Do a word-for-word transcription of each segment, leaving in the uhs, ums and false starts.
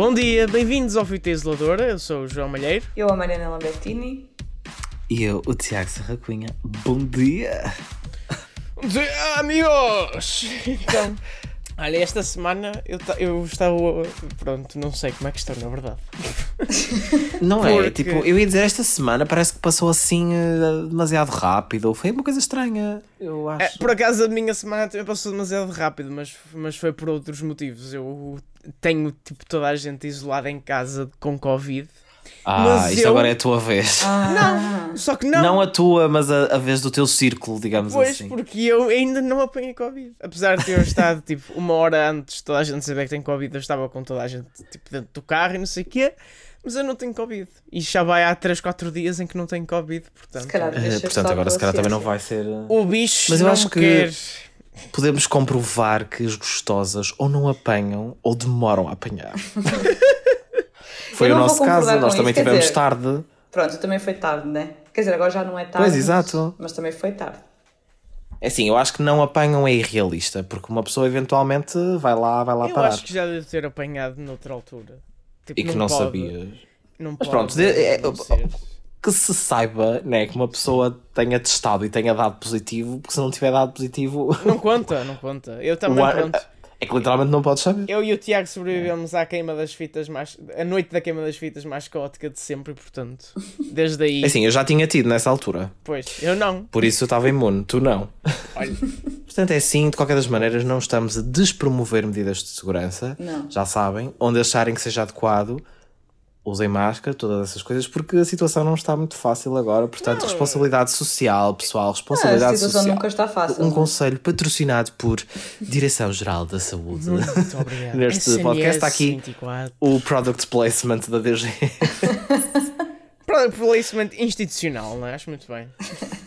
Bom dia, bem-vindos ao Fita Isoladora. Eu sou o João Malheiro. Eu, a Mariana Lambertini. E eu, o Tiago Serra Cunha. Bom dia! Bom dia, amigos! Então, olha, esta semana eu, eu estava... Pronto, não sei como é que estou, na verdade. Não Porque... é? Tipo, eu ia dizer, esta semana parece que passou assim uh, demasiado rápido. Foi uma coisa estranha, eu acho. É, por acaso a minha semana também passou demasiado rápido, mas, mas foi por outros motivos. Eu tenho, tipo, toda a gente isolada em casa com Covid. Ah, mas isto eu... agora é a tua vez. Ah. Não, só que não. Não a tua, mas a, a vez do teu círculo, digamos pois, assim. Pois, porque eu ainda não apanhei Covid. Apesar de ter estado, tipo, uma hora antes, toda a gente saber que tem Covid, eu estava com toda a gente, tipo, dentro do carro e não sei o quê. Mas eu não tenho Covid. E já vai há três, quatro dias em que não tenho Covid, portanto... Se calhar, uh, portanto, agora se calhar também não vai ser... Uh... O bicho mas eu não acho que quer... podemos comprovar que as gostosas ou não apanham ou demoram a apanhar. Foi o nosso caso, nós também isso, tivemos dizer, tarde. Pronto, também foi tarde, né? Quer dizer, agora já não é tarde. Pois, mas, exato. mas também foi tarde. É assim, eu acho que não apanham é irrealista, porque uma pessoa eventualmente vai lá, vai lá eu parar. Eu acho que já deve ter apanhado noutra altura. Tipo, e que não, não sabias. Não mas pode, pronto, é, é, que se saiba, né, que uma pessoa tenha testado e tenha dado positivo, porque se não tiver dado positivo... Não conta, não conta. Eu também, o, pronto... É que literalmente não podes saber. Eu e o Tiago sobrevivemos à queima das fitas mais... A noite da queima das fitas mais caótica de sempre, portanto, desde aí... É assim, eu já tinha tido nessa altura. Pois, eu não. Por isso eu estava imune, tu não. Olha. Portanto, é assim, de qualquer das maneiras, não estamos a despromover medidas de segurança. Não. Já sabem, onde acharem que seja adequado, usem máscara, todas essas coisas, porque a situação não está muito fácil agora. Portanto, não. Responsabilidade social, pessoal, responsabilidade ah, a situação social. Nunca está fácil. Um não? conselho patrocinado por Direção-Geral da Saúde. Muito obrigado. Neste S M S podcast está aqui vinte e quatro. O product placement da D G. Product placement institucional, não é? Acho muito bem.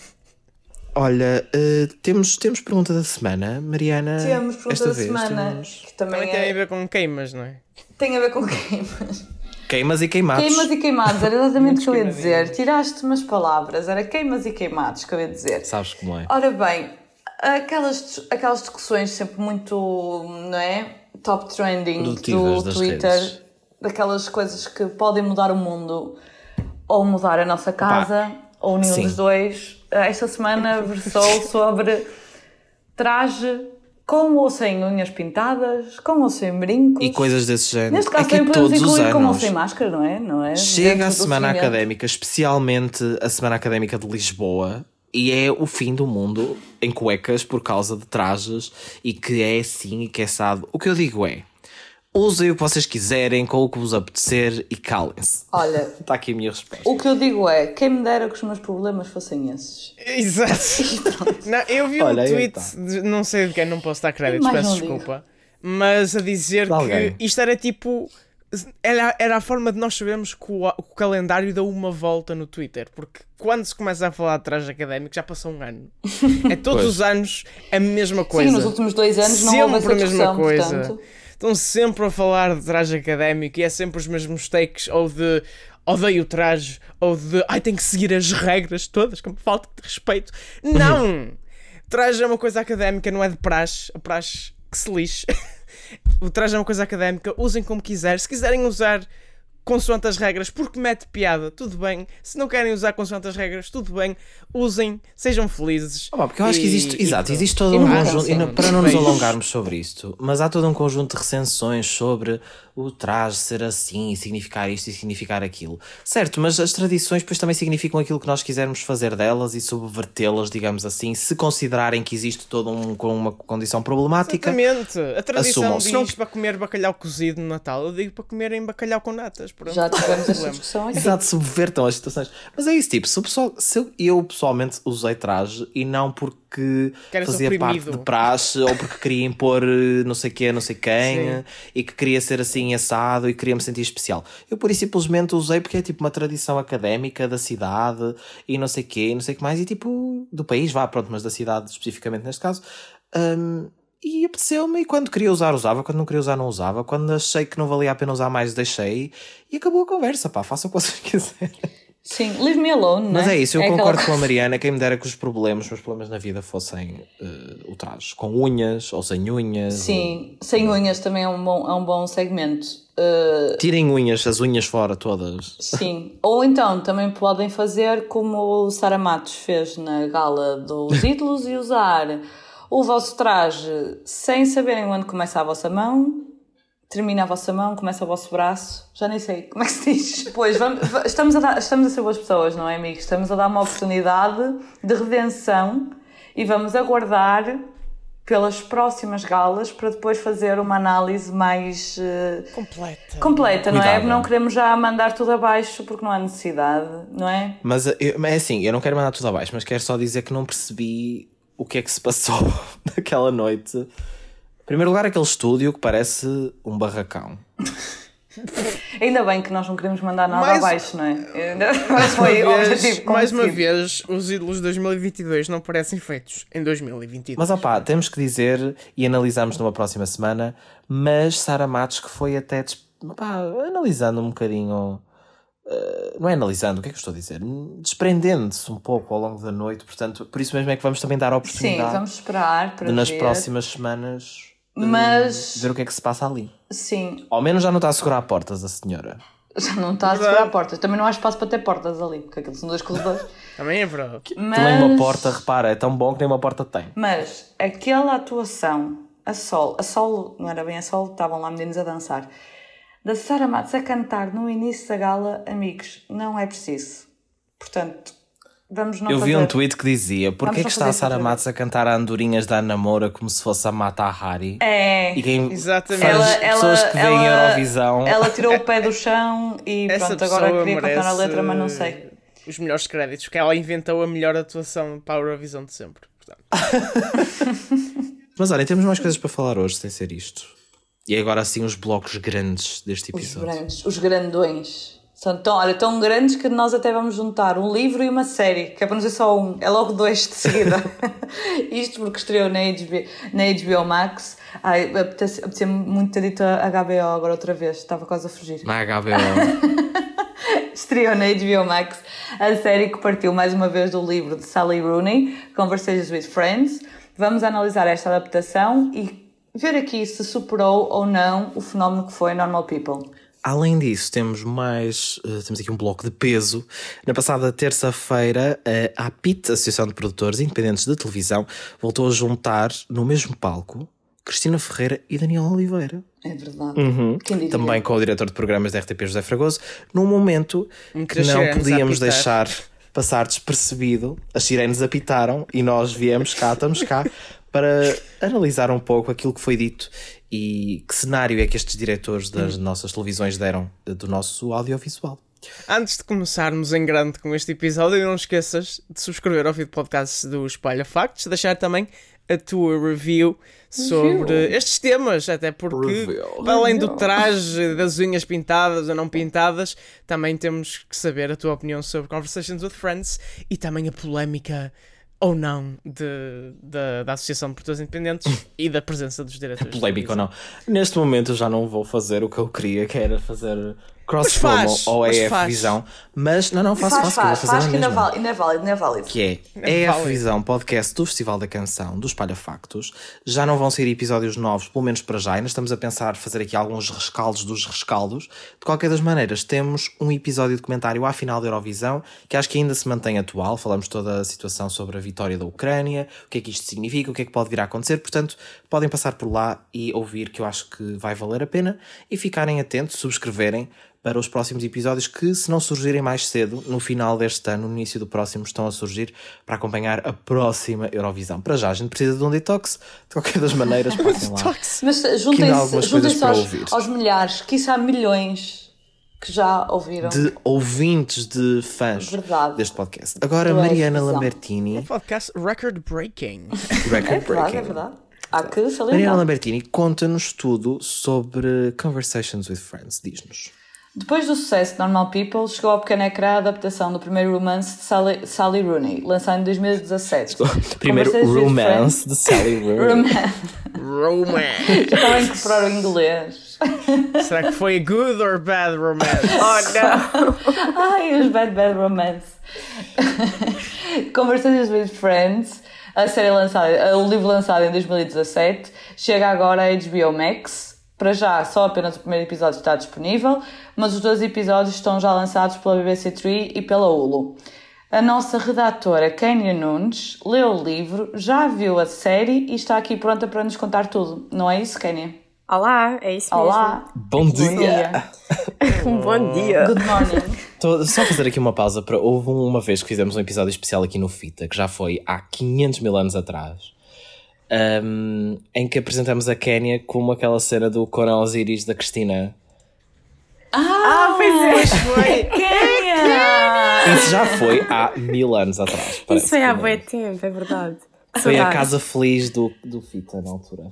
Olha, uh, temos, temos pergunta da semana, Mariana. Temos pergunta esta da vez, semana. Temos... Que também, também é... tem a ver com queimas, não é? Tem a ver com queimas. Queimas e queimados. Queimas e queimados, era exatamente o que eu ia dizer. Tiraste umas palavras, era queimas e queimados que eu ia dizer. Sabes como é? Ora bem, aquelas, aquelas discussões sempre muito, não é? Top trending do Twitter, redes. Daquelas coisas que podem mudar o mundo ou mudar a nossa casa, Pá, ou nenhum sim. dos dois. Esta semana versou sobre traje com ou sem unhas pintadas, com ou sem brincos. E coisas desse género. Neste caso, é que também podemos todos incluir os com anos ou sem máscara, não é? Não é? Chega a semana académica, especialmente a semana académica de Lisboa, e é o fim do mundo em cuecas por causa de trajes, e que é assim e que é assado. O que eu digo é, usem o que vocês quiserem, com o que vos apetecer e calem-se. Olha, está aqui a minha resposta. O que eu digo é, quem me dera que os meus problemas fossem esses. Exato. Não, eu vi Olha, um tweet, de, não sei de quem, não posso dar créditos, peço desculpa, mas a dizer que isto era tipo... Era, era a forma de nós sabermos que o, o calendário deu uma volta no Twitter, porque quando se começa a falar de traje académico já passou um ano. É todos os anos a mesma coisa. Sim, nos últimos dois anos não houve essa discussão, coisa. Portanto... Estão sempre a falar de traje académico e é sempre os mesmos takes, ou de odeio o traje, ou de ai, tem que seguir as regras todas, com falta de respeito. Não! Traje é uma coisa académica, não é de praxe. A praxe que se lixe. O traje é uma coisa académica, usem como quiser. Se quiserem usar consoante as regras porque mete piada, tudo bem. Se não querem usar consoante as regras, tudo bem. Usem, sejam felizes. Oh, porque eu acho e, que existe, e, exato, existe todo um conjunto, e não, para não nos alongarmos sobre isto, mas há todo um conjunto de recensões sobre o traje ser assim e significar isto e significar aquilo. Certo, mas as tradições depois também significam aquilo que nós quisermos fazer delas e subvertê-las, digamos assim, se considerarem que existe toda um, uma condição problemática. Exatamente. A tradição diz não... para comer bacalhau cozido no Natal, eu digo para comerem bacalhau com natas. Pronto. Já tivemos essa discussão aqui. Exato, subvertam as situações. Mas é isso, tipo, se, o pessoal, se eu, eu pessoalmente usei traje e não porque Quero fazia parte de praxe ou porque queria impor não sei quê, não sei quem Sim. e que queria ser assim assado e queria me sentir especial. Eu por isso simplesmente usei porque é tipo uma tradição académica da cidade e não sei quê, não sei o que mais, e tipo do país, vá, pronto, mas da cidade especificamente neste caso. Um, E apeteceu-me, e quando queria usar, usava, quando não queria usar, não usava, quando achei que não valia a pena usar mais, deixei, e acabou a conversa, pá, façam o que vocês quiserem. Sim, leave me alone, Mas não é? é isso, eu é concordo aquela... com a Mariana. Quem me dera que os problemas, os meus problemas na vida fossem uh, o traje com unhas ou sem unhas. Sim, ou... sem unhas também é um bom, é um bom segmento. Uh... Tirem unhas, as unhas fora todas. Sim, ou então também podem fazer como o Sara Matos fez na gala dos ídolos e usar o vosso traje sem saberem onde começa a vossa mão. Termina a vossa mão, começa o vosso braço, já nem sei como é que se diz. Pois, vamos, estamos, a dar, estamos a ser boas pessoas, não é, amigos? Estamos a dar uma oportunidade de redenção e vamos aguardar pelas próximas galas para depois fazer uma análise mais uh, completa, completa, não Cuidado. é? Não queremos já mandar tudo abaixo porque não há necessidade, não é? Mas é assim, eu não quero mandar tudo abaixo, mas quero só dizer que não percebi o que é que se passou naquela noite. Em primeiro lugar, aquele estúdio que parece um barracão. Ainda bem que nós não queremos mandar nada mais, abaixo, não é? Mais, foi uma, vez, objetivo mais uma vez, os ídolos de dois mil e vinte e dois não parecem feitos em dois mil e vinte e dois. Mas opá, temos que dizer, e analisamos numa próxima semana, mas Sara Matos que foi até, opá, analisando um bocadinho... Uh, não é analisando, o que é que eu estou a dizer? Desprendendo-se um pouco ao longo da noite, portanto, por isso mesmo é que vamos também dar a oportunidade. Sim, vamos esperar para de, nas ver. próximas semanas Mas... ver o que é que se passa ali. Sim. Ao menos já não está a segurar portas a senhora. Já não está a segurar portas. Também não há espaço para ter portas ali, porque aquilo são dois corredores. Também é verdade. Mas... Nem uma porta, repara, é tão bom que nem uma porta tem. Mas aquela atuação, a solo, a solo, não era bem a solo, estavam lá meninos a dançar, da Sara Matos a cantar no início da gala, amigos, não é preciso. Portanto, vamos não Eu fazer... vi um tweet que dizia: porquê é que está a Sara fazer... Matos a cantar a Andorinhas da Ana Moura como se fosse a Mata Hari? É, e quem exatamente. faz ela, pessoas ela, que veem ela, Eurovisão. Ela tirou o pé do chão e Essa pronto, agora queria merece cantar a letra, mas não sei. Os melhores créditos, porque ela inventou a melhor atuação para a Eurovisão de sempre. Mas olha, temos mais coisas para falar hoje, sem ser isto. E agora assim os blocos grandes deste episódio. Os grandes, os grandões. São tão, olha, tão grandes que nós até vamos juntar um livro e uma série, que é para não ser só um, é logo dois de seguida. Isto porque estreou na H B O, na H B O Max. Ai, apetecia-me muito ter dito a H B O agora outra vez, estava quase a fugir. Na H B O. Estreou na H B O Max a série que partiu mais uma vez do livro de Sally Rooney, Conversations with Friends. Vamos analisar esta adaptação e ver aqui se superou ou não o fenómeno que foi Normal People. Além disso, temos mais, uh, temos aqui um bloco de peso. Na passada terça-feira, a APIT, Associação de Produtores Independentes de Televisão, voltou a juntar no mesmo palco Cristina Ferreira e Daniel Oliveira. É verdade. Uhum. Quem diria? Também com o diretor de programas da R T P, José Fragoso, num momento Um que não podíamos deixar passar despercebido. As sirenes apitaram e nós viemos cá, estamos cá, para analisar um pouco aquilo que foi dito e que cenário é que estes diretores das hum. nossas televisões deram do nosso audiovisual. Antes de começarmos em grande com este episódio, não esqueças de subscrever ao feed podcast do Espalha Factos, deixar também a tua review sobre review. estes temas, até porque review. além do traje, das unhas pintadas ou não pintadas, também temos que saber a tua opinião sobre Conversations with Friends e também a polémica ou não de, de, da Associação de Produtores Independentes e da presença dos diretores. Polémica ou não. Neste momento eu já não vou fazer o que eu queria, que era fazer cross-promo ou A F Visão. Mas não, não, faço, faz, faço, faz, que eu vou fazer faz, a que ainda, mesma. vale, ainda é válido, ainda é válido. Que é A F Visão, podcast do Festival da Canção, do Espalha Factos. Já não vão sair episódios novos, pelo menos para já. Ainda estamos a pensar fazer aqui alguns rescaldos dos rescaldos. De qualquer das maneiras, temos um episódio de comentário à final da Eurovisão, que acho que ainda se mantém atual. Falamos toda a situação sobre a vitória da Ucrânia, o que é que isto significa, o que é que pode vir a acontecer. Portanto, podem passar por lá e ouvir, que eu acho que vai valer a pena. E ficarem atentos, subscreverem para os próximos episódios que, se não surgirem mais cedo, no final deste ano, no início do próximo, estão a surgir para acompanhar a próxima Eurovisão. Para já, a gente precisa de um detox, de qualquer das maneiras, passem lá. Mas juntem-se juntem aos, aos milhares, quiçá milhões que já ouviram. De ouvintes, de fãs verdade. deste podcast. Agora, Mariana Lambertini. Um podcast record-breaking. Record-breaking. É verdade, é verdade. Há que salientar. Mariana Lambertini, conta-nos tudo sobre Conversations with Friends. Diz-nos. Depois do sucesso de Normal People, chegou ao pequeno ecrã a adaptação do primeiro romance de Sally, Sally Rooney, lançado em dois mil e dezassete. Primeiro romance de Sally Rooney. romance. Estava a incorporar o inglês. Será que foi good or bad romance? Oh, não. Ai, os bad, bad romance. Conversations with Friends, a série lançada, o livro lançado em dois mil e dezassete, chega agora à H B O Max. Para já, só apenas o primeiro episódio está disponível, mas os dois episódios estão já lançados pela B B C três e pela Hulu. A nossa redatora, Kenya Nunes, leu o livro, já viu a série e está aqui pronta para nos contar tudo. Não é isso, Kenya? Olá, é isso mesmo. Olá. Bom dia. Bom dia. Um bom dia. Good morning. Estou só a fazer aqui uma pausa. Para... Houve uma vez que fizemos um episódio especial aqui no Fita, que já foi há quinhentos mil anos atrás, um, em que apresentamos a Kenya como aquela cena do Conan Osiris da Cristina. Ah, Ah, pois é. Foi. Kenya! Isso já foi há mil anos atrás. parece, Isso foi há pelo bué menos. tempo, é verdade. Que Foi a saudades. casa feliz do, do Fita na altura.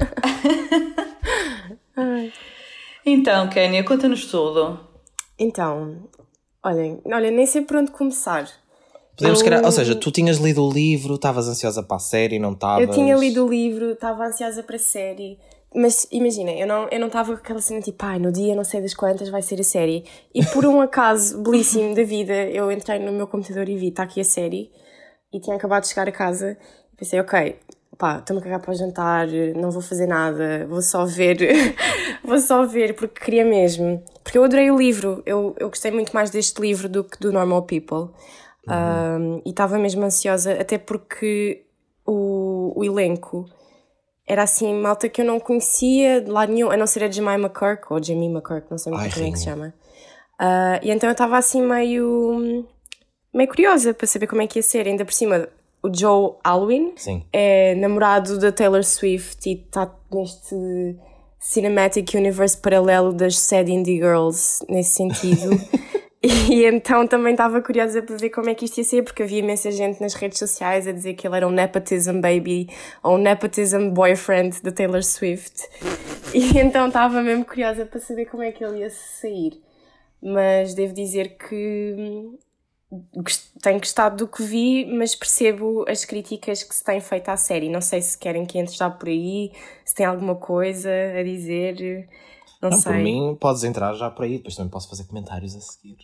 Então, Kenya, conta-nos tudo. Então, olhem, olha, nem sei por onde começar. Podemos Eu- criar, ou seja, tu tinhas lido o livro, estavas ansiosa para a série, não estavas? Eu tinha lido o livro, estava ansiosa para a série, mas imagina, eu não eu não estava com aquela cena tipo, ai, no dia não sei das quantas vai ser a série. E por um acaso belíssimo da vida, eu entrei no meu computador e vi, está aqui a série, e tinha acabado de chegar a casa, e pensei, ok, pá, estou-me a cagar para o jantar, não vou fazer nada, vou só ver, vou só ver, porque queria mesmo. Porque eu adorei o livro, eu, eu gostei muito mais deste livro do que do Normal People. Um, e estava mesmo ansiosa, até porque o, o elenco era assim, malta que eu não conhecia de lado nenhum, a não ser a Jemima McCurk, ou Jamie McCurk, não sei muito Ai, como é que se rainha. chama. Uh, e então eu estava assim meio, meio curiosa para saber como é que ia ser. Ainda por cima, o Joe Alwyn Sim. é namorado da Taylor Swift e está neste cinematic universe paralelo das sad indie girls, nesse sentido. E então também estava curiosa para ver como é que isto ia ser, porque havia imensa gente nas redes sociais a dizer que ele era um nepotism baby ou um nepotism boyfriend da Taylor Swift. E então estava mesmo curiosa para saber como é que ele ia sair. Mas devo dizer que hum, gost- tenho gostado do que vi, mas percebo as críticas que se têm feito à série. Não sei se querem que entre já por aí, se tem alguma coisa a dizer. Não, Não, sei. por mim, podes entrar já por aí, depois também posso fazer comentários a seguir.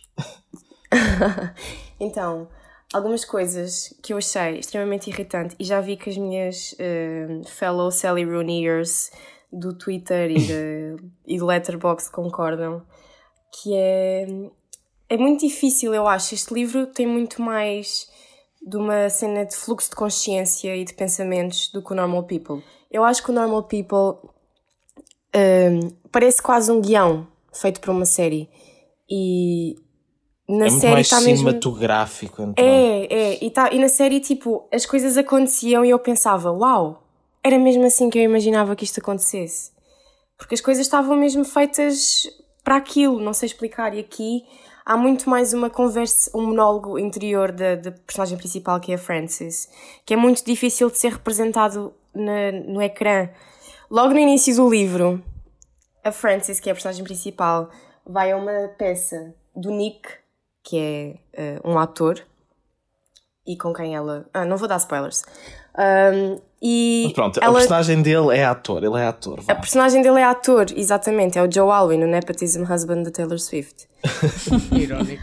Então, algumas coisas que eu achei extremamente irritante, e já vi que as minhas eh, fellow Sally Rooneyers do Twitter e, de, e do Letterboxd concordam, que é, é muito difícil, eu acho. Este livro tem muito mais de uma cena de fluxo de consciência e de pensamentos do que o Normal People. Eu acho que o Normal People um, parece quase um guião feito para uma série, e na é muito série mais está mesmo... cinematográfico. Então. É, é, e, tá, e na série, tipo, as coisas aconteciam e eu pensava, uau, era mesmo assim que eu imaginava que isto acontecesse. Porque as coisas estavam mesmo feitas para aquilo, não sei explicar. E aqui há muito mais uma conversa, um monólogo interior da, da personagem principal, que é a Frances, que é muito difícil de ser representado na, no ecrã. Logo no início do livro, a Frances, que é a personagem principal, vai a uma peça do Nick, que é uh, um ator, e com quem ela... Ah, não vou dar spoilers. Um, e Mas pronto, ela... a personagem dele é ator, ele é ator. Vá. A personagem dele é ator, exatamente, é o Joe Alwyn, o nepotism husband da Taylor Swift. Irónico.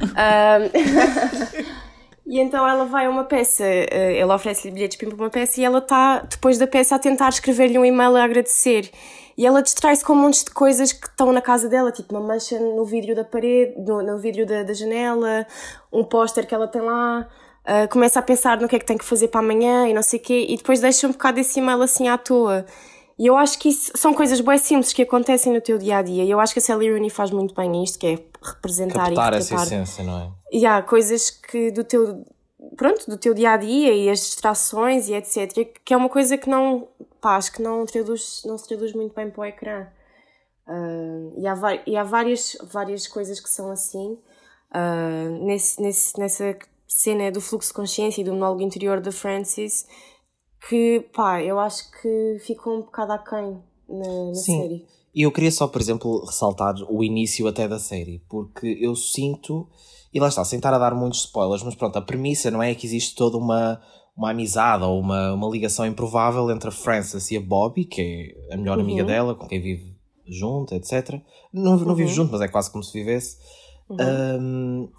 Um, e então ela vai a uma peça, uh, ele oferece-lhe bilhetes para ir para uma peça e ela está, depois da peça, a tentar escrever-lhe um e-mail a agradecer. E ela distrai-se com um monte de coisas que estão na casa dela, tipo uma mancha no vidro da parede, no, no vidro da, da janela, um póster que ela tem lá, uh, começa a pensar no que é que tem que fazer para amanhã e não sei o quê, e depois deixa um bocado esse e-mail assim à toa. E eu acho que isso são coisas bem simples que acontecem no teu dia-a-dia, e eu acho que a Sally Rooney faz muito bem isto, que é representar Captar e essa retratar. essência, não é? E há coisas que do teu, pronto, do teu dia-a-dia e as distrações e etcétera, que é uma coisa que não, pá, acho que não, traduz, não se traduz muito bem para o ecrã. Uh, e há, e há várias, várias coisas que são assim, uh, nesse, nesse, nessa cena do fluxo de consciência e do monólogo interior da Frances, que, pá, eu acho que ficou um bocado aquém na, na Sim. série. E eu queria só, por exemplo, ressaltar o início até da série, porque eu sinto, e lá está, sem estar a dar muitos spoilers, mas pronto, a premissa, não é, que existe toda uma, uma amizade ou uma, uma ligação improvável entre a Frances e a Bobby, que é a melhor uhum. amiga dela, com quem vive junto, etcétera. Não, não uhum. vive junto, mas é quase como se vivesse. Uhum. Um,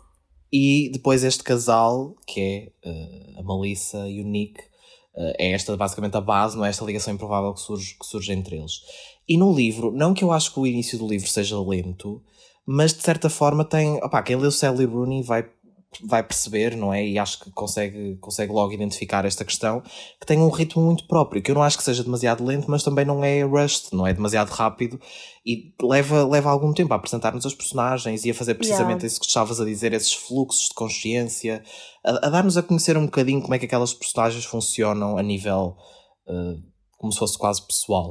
e depois este casal, que é uh, a Melissa e o Nick, uh, é esta basicamente a base, não é esta ligação improvável que surge, que surge entre eles. E no livro, não que eu acho que o início do livro seja lento, mas de certa forma tem... Opá, quem leu Sally Rooney vai, vai perceber, não é? E acho que consegue, consegue logo identificar esta questão, que tem um ritmo muito próprio, que eu não acho que seja demasiado lento, mas também não é rushed, não é demasiado rápido, e leva, leva algum tempo a apresentar-nos os personagens e a fazer precisamente yeah. isso que estavas a dizer, esses fluxos de consciência, a, a dar-nos a conhecer um bocadinho como é que aquelas personagens funcionam a nível, uh, como se fosse quase pessoal.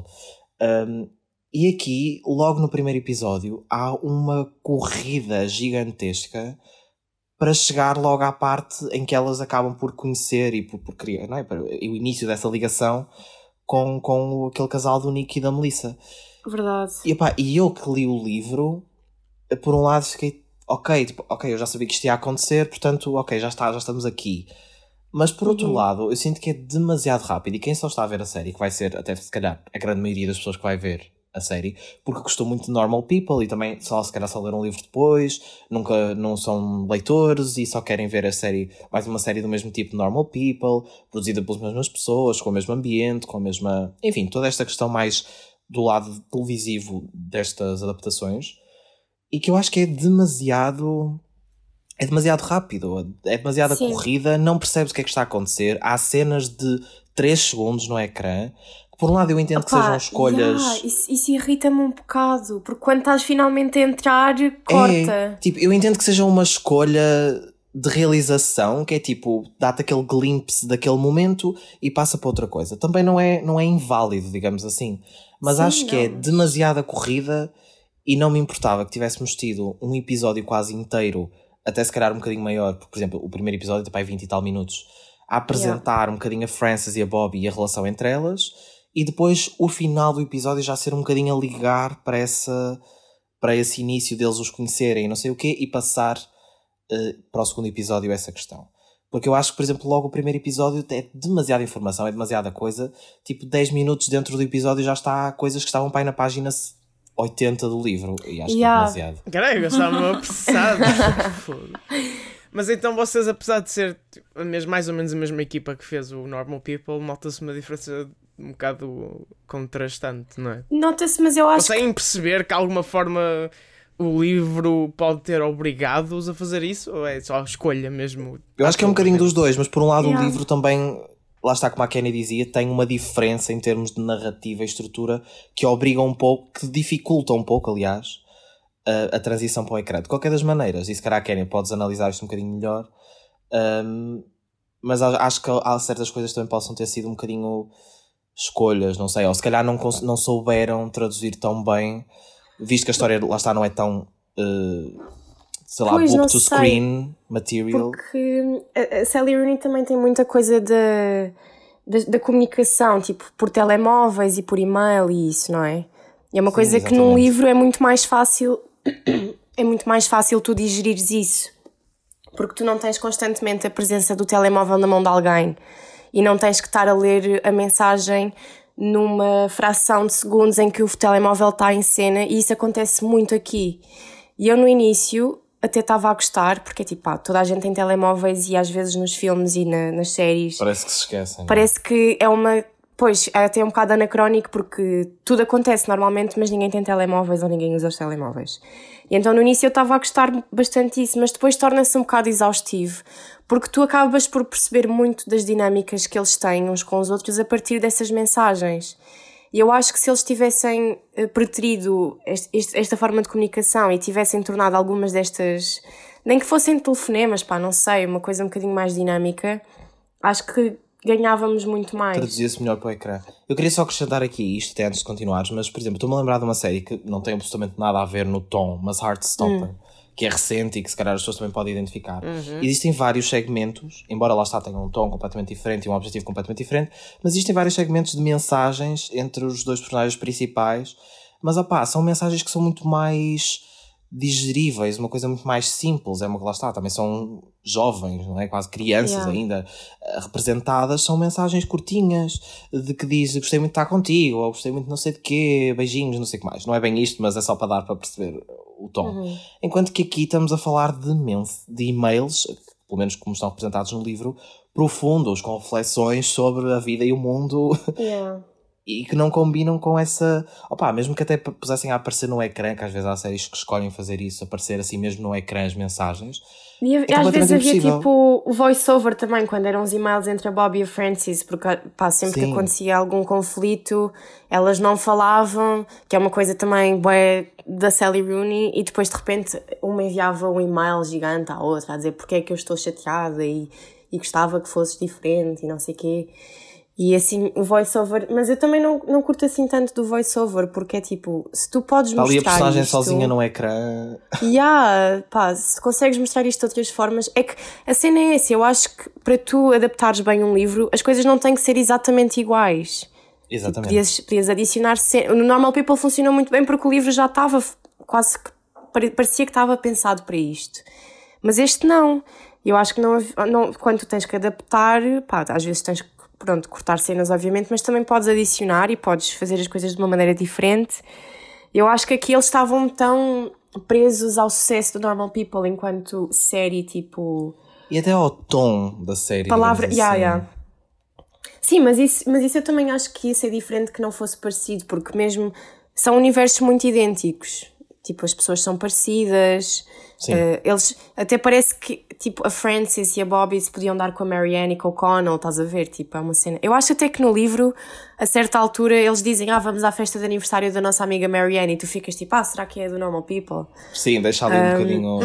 Um, e aqui, logo no primeiro episódio, há uma corrida gigantesca para chegar logo à parte em que elas acabam por conhecer e por, por criar, não é? Para, o início dessa ligação com, com aquele casal do Nick e da Melissa. Verdade. E, epá, e eu que li o livro, por um lado fiquei, ok, tipo, ok, eu já sabia que isto ia acontecer, portanto, ok, já, está, já estamos aqui. Mas por outro uhum. lado, eu sinto que é demasiado rápido, e quem só está a ver a série, que vai ser até se calhar a grande maioria das pessoas que vai ver a série, porque gostou muito de Normal People e também só se calhar só leram um livro depois, nunca não são leitores e só querem ver a série, mais uma série do mesmo tipo de Normal People, produzida pelas mesmas pessoas, com o mesmo ambiente, com a mesma... Enfim, toda esta questão mais do lado televisivo destas adaptações, e que eu acho que é demasiado... É demasiado rápido, é demasiada Sim. corrida, não percebes o que é que está a acontecer, há cenas de três segundos no ecrã. Por um lado eu entendo Opa, que sejam escolhas... Yeah, isso, isso irrita-me um bocado, porque quando estás finalmente a entrar, corta. É, tipo, eu entendo que seja uma escolha de realização, que é tipo, dá-te aquele glimpse daquele momento e passa para outra coisa. Também não é, não é inválido, digamos assim. Mas Sim, acho não. que é demasiada corrida e não me importava que tivéssemos tido um episódio quase inteiro, até se calhar um bocadinho maior, porque, por exemplo, o primeiro episódio tem para aí vinte e tal minutos, a apresentar yeah. um bocadinho a Frances e a Bobby e a relação entre elas, e depois o final do episódio já ser um bocadinho a ligar para, essa, para esse início deles os conhecerem e não sei o quê, e passar uh, para o segundo episódio essa questão. Porque eu acho que, por exemplo, logo o primeiro episódio é demasiada informação, é demasiada coisa. Tipo, dez minutos dentro do episódio já está coisas que estavam para aí na página oitenta do livro, e acho yeah. que é demasiado. Caralho, eu estava apressado. Mas então vocês, apesar de ser mesmo, mais ou menos a mesma equipa que fez o Normal People, nota-se uma diferença um bocado contrastante, não é? Nota-se, mas eu acho Conseguem que... perceber que de alguma forma o livro pode ter obrigado-os a fazer isso? Ou é só a escolha mesmo? Eu acho que é um bocadinho dos dois, mas por um lado yeah. o livro também, lá está, como a Kenny dizia, tem uma diferença em termos de narrativa e estrutura que obriga um pouco, que dificulta um pouco, aliás, a, a transição para o ecrã. De qualquer das maneiras, e se calhar, Kenny, podes analisar isto um bocadinho melhor, um, mas acho que há certas coisas que também possam ter sido um bocadinho escolhas, não sei, ou se calhar não, não souberam traduzir tão bem, visto que a história lá está não é tão uh, sei lá, pois, book to sei. Screen material. Porque a Sally Rooney também tem muita coisa da, da, da comunicação, tipo por telemóveis e por e-mail e isso, não é? E é uma Sim, coisa exatamente. Que num livro é muito mais fácil é muito mais fácil tu digerires isso, porque tu não tens constantemente a presença do telemóvel na mão de alguém e não tens que estar a ler a mensagem numa fração de segundos em que o telemóvel está em cena, e isso acontece muito aqui. E eu no início até estava a gostar, porque é tipo, pá, toda a gente tem telemóveis e às vezes nos filmes e na, nas séries... Parece que se esquecem. Parece que é uma... Pois, é até um bocado anacrónico, porque tudo acontece normalmente, mas ninguém tem telemóveis ou ninguém usa os telemóveis. E então no início eu estava a gostar bastante disso, mas depois torna-se um bocado exaustivo, porque tu acabas por perceber muito das dinâmicas que eles têm uns com os outros a partir dessas mensagens. E eu acho que se eles tivessem preterido este, esta forma de comunicação e tivessem tornado algumas destas, nem que fossem telefonemas, pá, não sei, uma coisa um bocadinho mais dinâmica, acho que ganhávamos muito mais. Traduzia-se melhor para o ecrã. Eu queria só acrescentar aqui isto, até antes de continuares, mas, por exemplo, estou-me a lembrar de uma série que não tem absolutamente nada a ver no tom, mas Heartstopper, hum. que é recente e que se calhar as pessoas também podem identificar. Uhum. Existem vários segmentos, embora lá está tenham um tom completamente diferente e um objetivo completamente diferente, mas existem vários segmentos de mensagens entre os dois personagens principais, mas opá, são mensagens que são muito mais digeríveis, uma coisa muito mais simples. É uma que lá está, também são jovens, não é? Quase crianças yeah. ainda representadas, são mensagens curtinhas de que diz gostei muito de estar contigo, ou gostei muito de não sei de quê, beijinhos, não sei o que mais. Não é bem isto, mas é só para dar para perceber o tom. Uhum. Enquanto que aqui estamos a falar de, de e-mails, pelo menos como estão representados no livro, profundos, com reflexões sobre a vida e o mundo. Yeah. E que não combinam com essa... Opa, mesmo que até pusessem a aparecer no ecrã, que às vezes há séries que escolhem fazer isso, aparecer assim mesmo no ecrã as mensagens. E é às vezes havia impossível. Tipo o voice-over também, quando eram os e-mails entre a Bob e a Frances, porque pá, sempre Sim. que acontecia algum conflito, elas não falavam, que é uma coisa também bué da Sally Rooney, e depois de repente uma enviava um e-mail gigante à outra, a dizer porque é que eu estou chateada e, e gostava que fosses diferente e não sei o quê. E assim, o voice-over... Mas eu também não, não curto assim tanto do voice-over, porque é tipo, se tu podes Está mostrar ali a personagem isto, sozinha no ecrã... Yeah, pá, se consegues mostrar isto de outras formas... É que a cena é essa, eu acho que para tu adaptares bem um livro, as coisas não têm que ser exatamente iguais. Exatamente. Podias, podias adicionar... No Normal People funcionou muito bem porque o livro já estava quase que... Parecia que estava pensado para isto. Mas este não. Eu acho que não, não, quando tu tens que adaptar, pá, às vezes tens que Pronto, cortar cenas obviamente, mas também podes adicionar e podes fazer as coisas de uma maneira diferente. Eu acho que aqui eles estavam tão presos ao sucesso do Normal People enquanto série, tipo... E até ao tom da série. Palavra, assim. yeah, yeah. Sim, mas isso, mas isso eu também acho que ia ser diferente que não fosse parecido, porque mesmo são universos muito idênticos. Tipo, as pessoas são parecidas... Uh, eles até parece que tipo a Frances e a Bobby se podiam dar com a Marianne e com o Connell, estás a ver? Tipo, é uma cena. Eu acho até que no livro, a certa altura, eles dizem: Ah, vamos à festa de aniversário da nossa amiga Marianne, e tu ficas tipo: Ah, será que é do Normal People? Sim, deixa ali um, um bocadinho.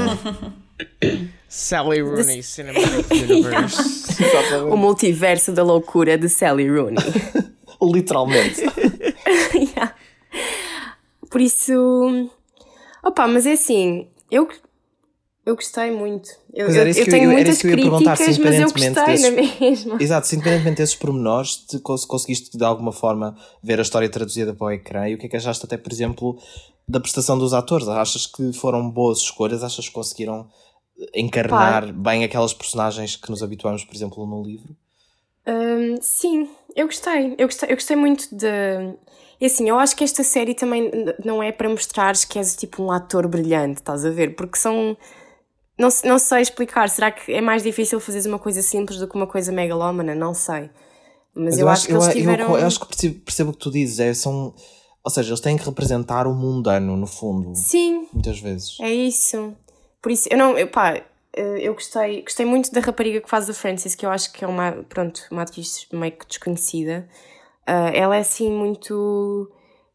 Sally Rooney The... Cinematic Universe. O multiverso da loucura de Sally Rooney. Literalmente. Yeah. Por isso. Opa, mas é assim. Eu, eu gostei muito. Eu, eu, eu tenho eu, muitas críticas, mas eu gostei desses, na mesma. Exato, se independentemente desses pormenores, te conseguiste de alguma forma ver a história traduzida para o ecrã. E o que é que achaste até, por exemplo, da prestação dos atores? Achas que foram boas escolhas? Achas que conseguiram encarnar Pá. bem aquelas personagens que nos habituamos, por exemplo, no livro? Um, sim, eu gostei. Eu gostei, eu gostei muito de... E assim, eu acho que esta série também não é para mostrares que és tipo um ator brilhante, estás a ver? Porque são... Não, não sei explicar. Será que é mais difícil fazeres uma coisa simples do que uma coisa megalómana? Não sei. Mas, Mas eu, eu acho que eles eu, tiveram... Eu, eu acho que percebo, percebo o que tu dizes. É, são... Ou seja, eles têm que representar o mundano, no fundo. Sim. Muitas vezes. É isso. Por isso, eu não... Eu, pá, eu gostei, gostei muito da rapariga que faz a Frances, que eu acho que é uma, pronto, uma atriz meio que desconhecida. Uh, ela é assim muito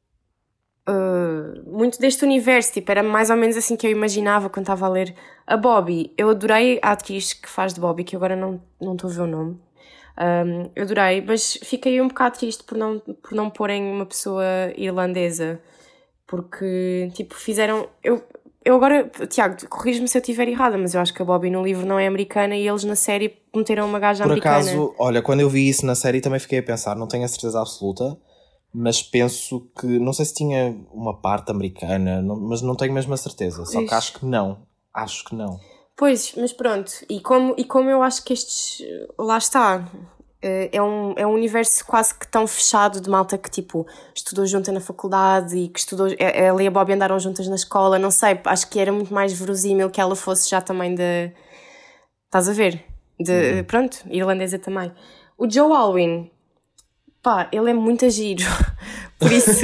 uh, muito deste universo, tipo, era mais ou menos assim que eu imaginava quando estava a ler a Bobby. Eu adorei a atriz que faz de Bobby, que agora não não estou a ver o nome. Um, eu adorei, mas fiquei um bocado triste por não, por não porem uma pessoa irlandesa, porque tipo, fizeram... Eu, eu agora, Tiago, corrige-me se eu estiver errada, mas eu acho que a Bobby no livro não é americana e eles na série meteram uma gaja Por americana. Por acaso, olha, quando eu vi isso na série também fiquei a pensar, não tenho a certeza absoluta, mas penso que, não sei se tinha uma parte americana, não, mas não tenho mesmo a certeza, só que acho que não, acho que não. Pois, mas pronto, e como, e como eu acho que estes, lá está... É um, é um universo quase que tão fechado de malta que tipo estudou junta na faculdade e que estudou, ela e a Bobby andaram juntas na escola, não sei, acho que era muito mais verosímil que ela fosse já também de, estás a ver, de, uhum. pronto, irlandesa também. O Joe Alwyn, pá, ele é muito giro, por isso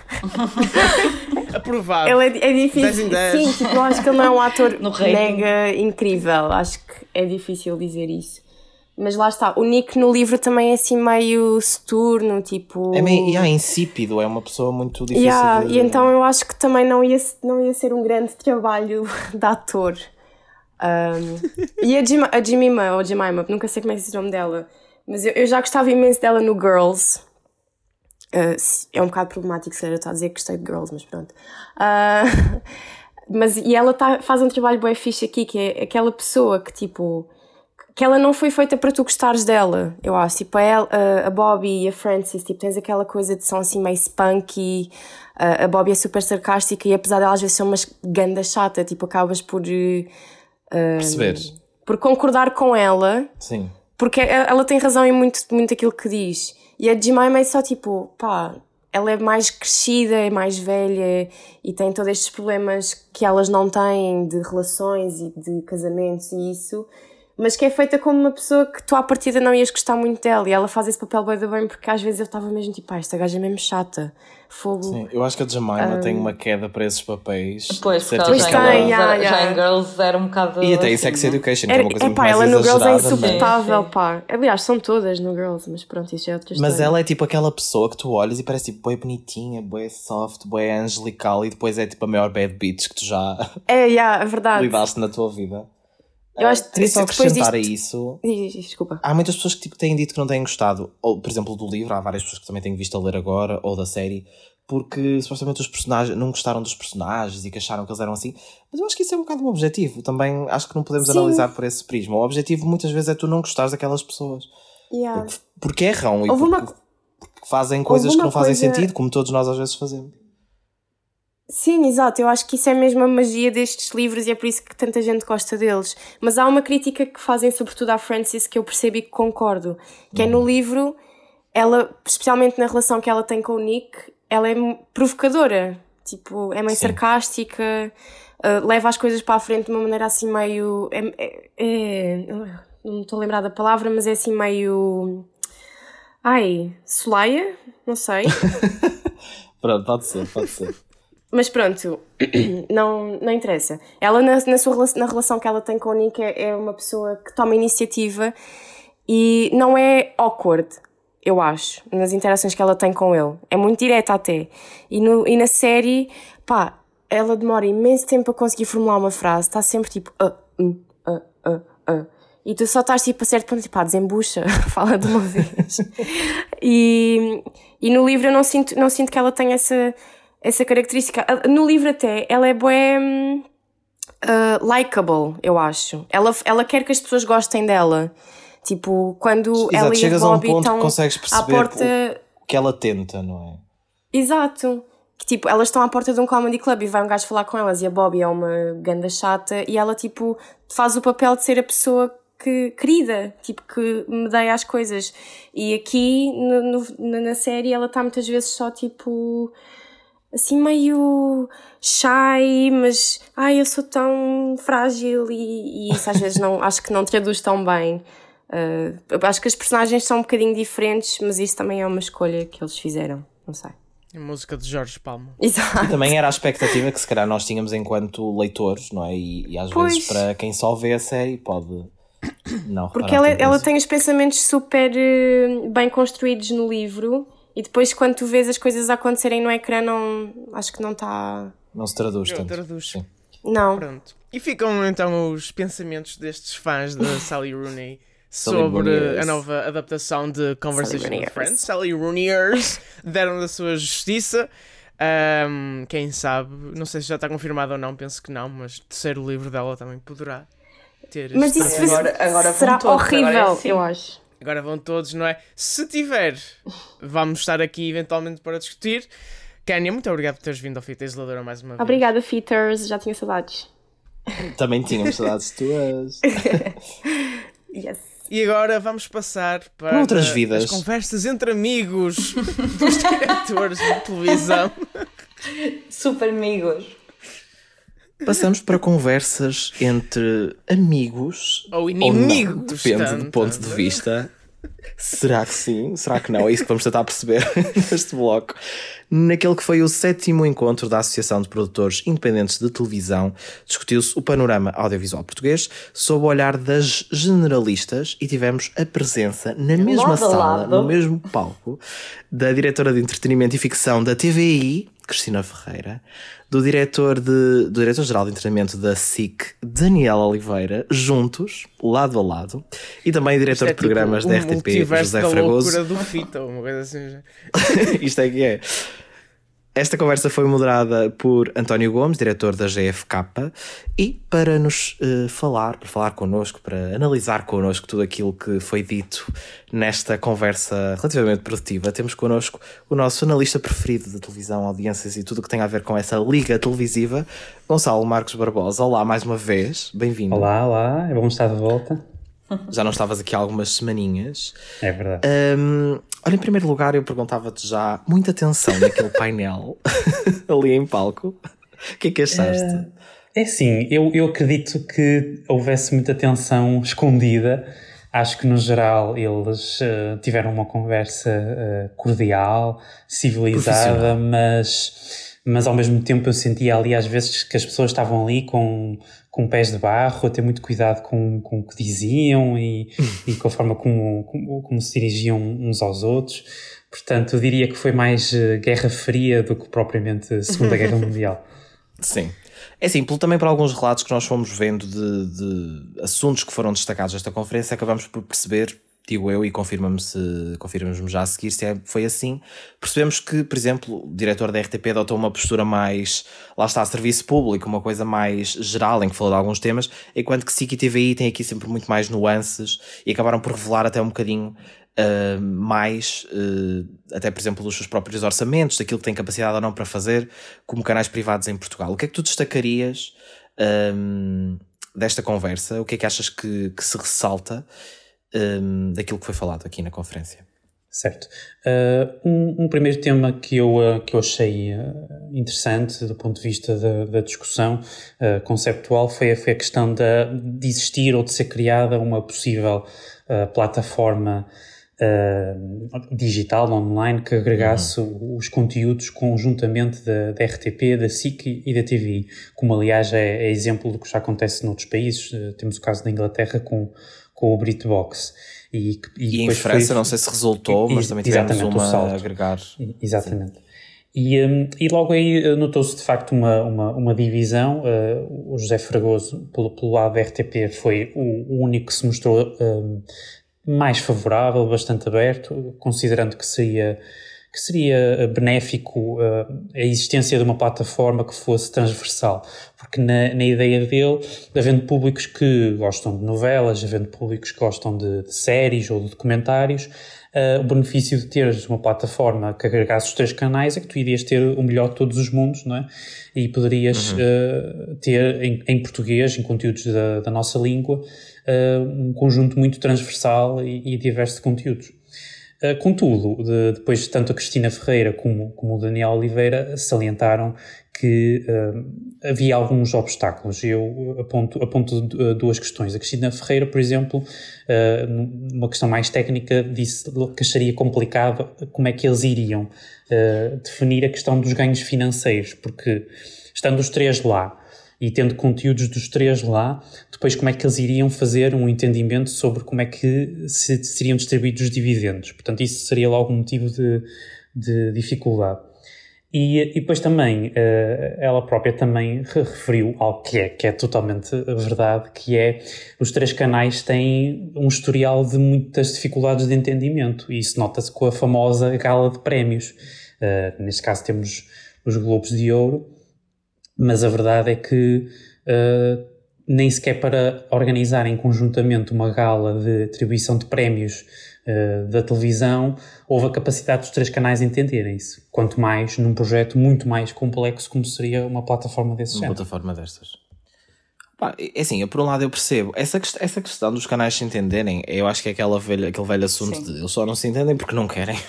aprovado, ele é, é difícil, sim, tipo, eu acho que ele não é um ator mega incrível, acho que é difícil dizer isso. Mas lá está, o Nick no livro também é assim meio soturno, tipo... É meio yeah, insípido, é uma pessoa muito difícil yeah, de... E então eu acho que também não ia, não ia ser um grande trabalho de ator. Um, e a, Jim, a Jemima, ou Jemima, nunca sei como é que se diz o nome dela, mas eu, eu já gostava imenso dela no Girls. Uh, é um bocado problemático ser eu estar a dizer que gostei de Girls, mas pronto. Uh, mas, e ela tá, faz um trabalho bem fixe aqui, que é aquela pessoa que tipo... que ela não foi feita para tu gostares dela, eu acho. Tipo, a, ela, a Bobby e a Frances, tipo, tens aquela coisa de são assim meio spunky, a, a Bobby é super sarcástica e apesar dela às vezes ser uma ganda chata, tipo, acabas por... Uh, Perceber. Por concordar com ela. Sim. Porque ela tem razão em muito, muito aquilo que diz. E a Jemima é só tipo, pá, ela é mais crescida, é mais velha e tem todos estes problemas que elas não têm de relações e de casamentos e isso, mas que é feita como uma pessoa que tu à partida não ias gostar muito dela, e ela faz esse papel bem, bem porque às vezes eu estava mesmo tipo, ah, esta gaja é mesmo chata, fogo. Sim, eu acho que a Jemima um... tem uma queda para esses papéis. Pois, porque tipo ela já, em já, já em Girls era um bocado... E até em assim, Sex Education, era, que é uma coisa é, muito pá, mais ela no Girls é insuportável, pá. Aliás, são todas no Girls, mas pronto, isso é outra história. Mas ela é tipo aquela pessoa que tu olhas e parece tipo bué bonitinha, bué soft, bué angelical, e depois é tipo a maior bad bitch que tu já é, yeah, é verdade. lidaste na tua vida. Eu acho que queria só acrescentar disto... a isso. Desculpa. Há muitas pessoas que tipo, têm dito que não têm gostado, ou por exemplo do livro, há várias pessoas que também têm visto a ler agora, ou da série, porque supostamente os personagens não gostaram dos personagens e que acharam que eles eram assim. Mas eu acho que isso é um bocado um objetivo. Também acho que não podemos Sim. analisar por esse prisma. O objetivo muitas vezes é tu não gostares daquelas pessoas. Yeah. Porque, porque erram e porque, uma... porque fazem coisas que não fazem coisa... sentido, como todos nós às vezes fazemos. Sim, exato, eu acho que isso é mesmo a magia destes livros e é por isso que tanta gente gosta deles. Mas há uma crítica que fazem sobretudo à Frances que eu percebo e que concordo, que hum. é no livro, ela, especialmente na relação que ela tem com o Nick, ela é provocadora, tipo, é meio Sim. sarcástica, uh, leva as coisas para a frente de uma maneira assim meio... É, é, é, não me estou a lembrar da palavra, mas é assim meio... Ai, solaia? Não sei. Pronto, pode ser, pode ser. Mas pronto, não, não interessa. Ela, na, na, sua, na relação que ela tem com o Nick, é, é uma pessoa que toma iniciativa e não é awkward, eu acho, nas interações que ela tem com ele. É muito direta até. E, no, e na série, pá, ela demora imenso tempo a conseguir formular uma frase. Está sempre tipo... Uh, uh, uh, uh, uh. E tu só estás tipo a certo ponto, tipo, ah, desembucha, fala de uma vez. e, e no livro eu não sinto, não sinto que ela tenha essa... essa característica. No livro até, ela é bué uh, likable, eu acho. Ela, ela quer que as pessoas gostem dela. Tipo, quando Exato, ela e chegas a Bobby a um ponto estão que consegues perceber à porta... o que ela tenta, não é? Exato. Que, tipo, elas estão à porta de um comedy club e vai um gajo falar com elas e a Bobby é uma ganda chata e ela, tipo, faz o papel de ser a pessoa que, querida, tipo, que medeia as coisas. E aqui, no, no, na série, ela está muitas vezes só, tipo... assim meio shy, mas ai, eu sou tão frágil e, e isso às vezes não, acho que não traduz tão bem. Uh, acho que as personagens são um bocadinho diferentes, mas isso também é uma escolha que eles fizeram, não sei. A música de Jorge Palma. Exato. E também era a expectativa que se calhar nós tínhamos enquanto leitores, não é? E, e às pois. vezes para quem só vê a série pode não. Porque ela, ela tem os pensamentos super uh, bem construídos no livro. E depois, quando tu vês as coisas acontecerem no ecrã, não, acho que não está... Não se traduz não tanto. Traduz. Sim. Não. Pronto. E ficam então os pensamentos destes fãs da Sally Rooney sobre a nova adaptação de Conversation with Friends. Sally Rooneyers deram da sua justiça. Um, quem sabe, não sei se já está confirmado ou não, penso que não, mas o terceiro livro dela também poderá ter... Mas isso agora, agora será todos, horrível, agora é eu acho. Agora vão todos, não é? Se tiver, vamos estar aqui eventualmente para discutir. Kenya, muito obrigado por teres vindo ao Fita Isoladora mais uma vez. Obrigada, Fitters, já tinha saudades. Também tínhamos saudades tuas. Yes. E agora vamos passar para com outras vidas. As conversas entre amigos dos diretores de televisão. Super amigos. Passamos para conversas entre amigos ou inimigos, ou não, depende tanto. do ponto de vista. Será que sim? Será que não? É isso que vamos tentar perceber neste bloco. Naquele que foi o sétimo encontro da Associação de Produtores Independentes de Televisão, discutiu-se o panorama audiovisual português sob o olhar das generalistas e tivemos a presença na mesma lado sala, lado. no mesmo palco, da diretora de entretenimento e ficção da T V I, Cristina Ferreira, do diretor de, do diretor-geral de entretenimento da S I C, Daniel Oliveira, juntos, lado a lado, e também o diretor é de programas tipo da R T P, José da Fragoso. loucura do Fita, uma coisa assim. Isto é que é. Esta conversa foi moderada por António Gomes, diretor da G F K, e para nos uh, falar, para falar connosco, para analisar connosco tudo aquilo que foi dito nesta conversa relativamente produtiva, temos connosco o nosso analista preferido de televisão, audiências e tudo o que tem a ver com essa liga televisiva, Gonçalo Marcos Barbosa. Olá mais uma vez, bem-vindo. Olá, olá, é bom estar de volta. Já não estavas aqui há algumas semaninhas. É verdade. Um, olha, em primeiro lugar, eu perguntava-te já muita atenção naquele painel ali em palco. O que é que achaste? É, é assim, eu, eu acredito que houvesse muita tensão escondida. Acho que, no geral, eles uh, tiveram uma conversa uh, cordial, civilizada, mas, mas ao mesmo tempo eu sentia ali às vezes que as pessoas estavam ali com... com pés de barro, a ter muito cuidado com, com o que diziam e, e com a forma como, como, como se dirigiam uns aos outros. Portanto, eu diria que foi mais uh, Guerra Fria do que propriamente Segunda Guerra Mundial. Sim. É assim, também para alguns relatos que nós fomos vendo de, de assuntos que foram destacados nesta conferência, acabamos por perceber, digo eu, e confirma-me se, confirma-me já a seguir se é, foi assim, percebemos que, por exemplo, o diretor da R T P adotou uma postura mais, lá está, serviço público, uma coisa mais geral, em que falou de alguns temas, enquanto que S I C e T V I têm aqui sempre muito mais nuances e acabaram por revelar até um bocadinho uh, mais, uh, até por exemplo, dos seus próprios orçamentos, daquilo que têm capacidade ou não para fazer, como canais privados em Portugal. O que é que tu destacarias um, desta conversa? O que é que achas que, que se ressalta Um, daquilo que foi falado aqui na conferência? Certo. Uh, um, um primeiro tema que eu, uh, que eu achei uh, interessante do ponto de vista da, da discussão uh, conceptual foi, foi a questão de, de existir ou de ser criada uma possível uh, plataforma uh, digital, online, que agregasse uhum. os conteúdos conjuntamente da, da R T P, da S I C e da T V I, como aliás é, é exemplo do que já acontece noutros países. Uh, temos o caso da Inglaterra com com o BritBox. E, e, e em França, foi... não sei se resultou, e, mas também tivemos uma a agregar. Exatamente. E, um, e logo aí notou-se de facto uma, uma, uma divisão. Uh, o José Fragoso, pelo, pelo lado da R T P, foi o, o único que se mostrou um, mais favorável, bastante aberto, considerando que seria... que seria benéfico uh, a existência de uma plataforma que fosse transversal, porque na, na ideia dele, havendo públicos que gostam de novelas, havendo públicos que gostam de, de séries ou de documentários, uh, o benefício de teres uma plataforma que agregasse os três canais é que tu irias ter o melhor de todos os mundos, não é? E poderias uhum. uh, ter em, em português, em conteúdos da, da nossa língua, uh, um conjunto muito transversal e, e diverso de conteúdos. Uh, contudo, de, depois tanto a Cristina Ferreira como, como o Daniel Oliveira salientaram que uh, havia alguns obstáculos. Eu aponto, aponto duas questões. A Cristina Ferreira, por exemplo, uh, numa questão mais técnica, disse que acharia complicado como é que eles iriam uh, definir a questão dos ganhos financeiros, porque estando os três lá e tendo conteúdos dos três lá, depois como é que eles iriam fazer um entendimento sobre como é que se seriam distribuídos os dividendos. Portanto, isso seria logo um motivo de, de dificuldade. E, e depois também, ela própria também referiu algo que é, que é totalmente verdade, que é os três canais têm um historial de muitas dificuldades de entendimento, e isso nota-se com a famosa gala de prémios. Neste caso temos os Globos de Ouro, mas a verdade é que uh, nem sequer para organizarem conjuntamente uma gala de atribuição de prémios uh, da televisão houve a capacidade dos três canais entenderem-se, quanto mais num projeto muito mais complexo como seria uma plataforma desse uma género. Uma plataforma destas. Pá, é assim, eu, por um lado eu percebo essa, essa questão dos canais se entenderem, eu acho que é aquela velha, aquele velho assunto Sim. de eles só não se entendem porque não querem.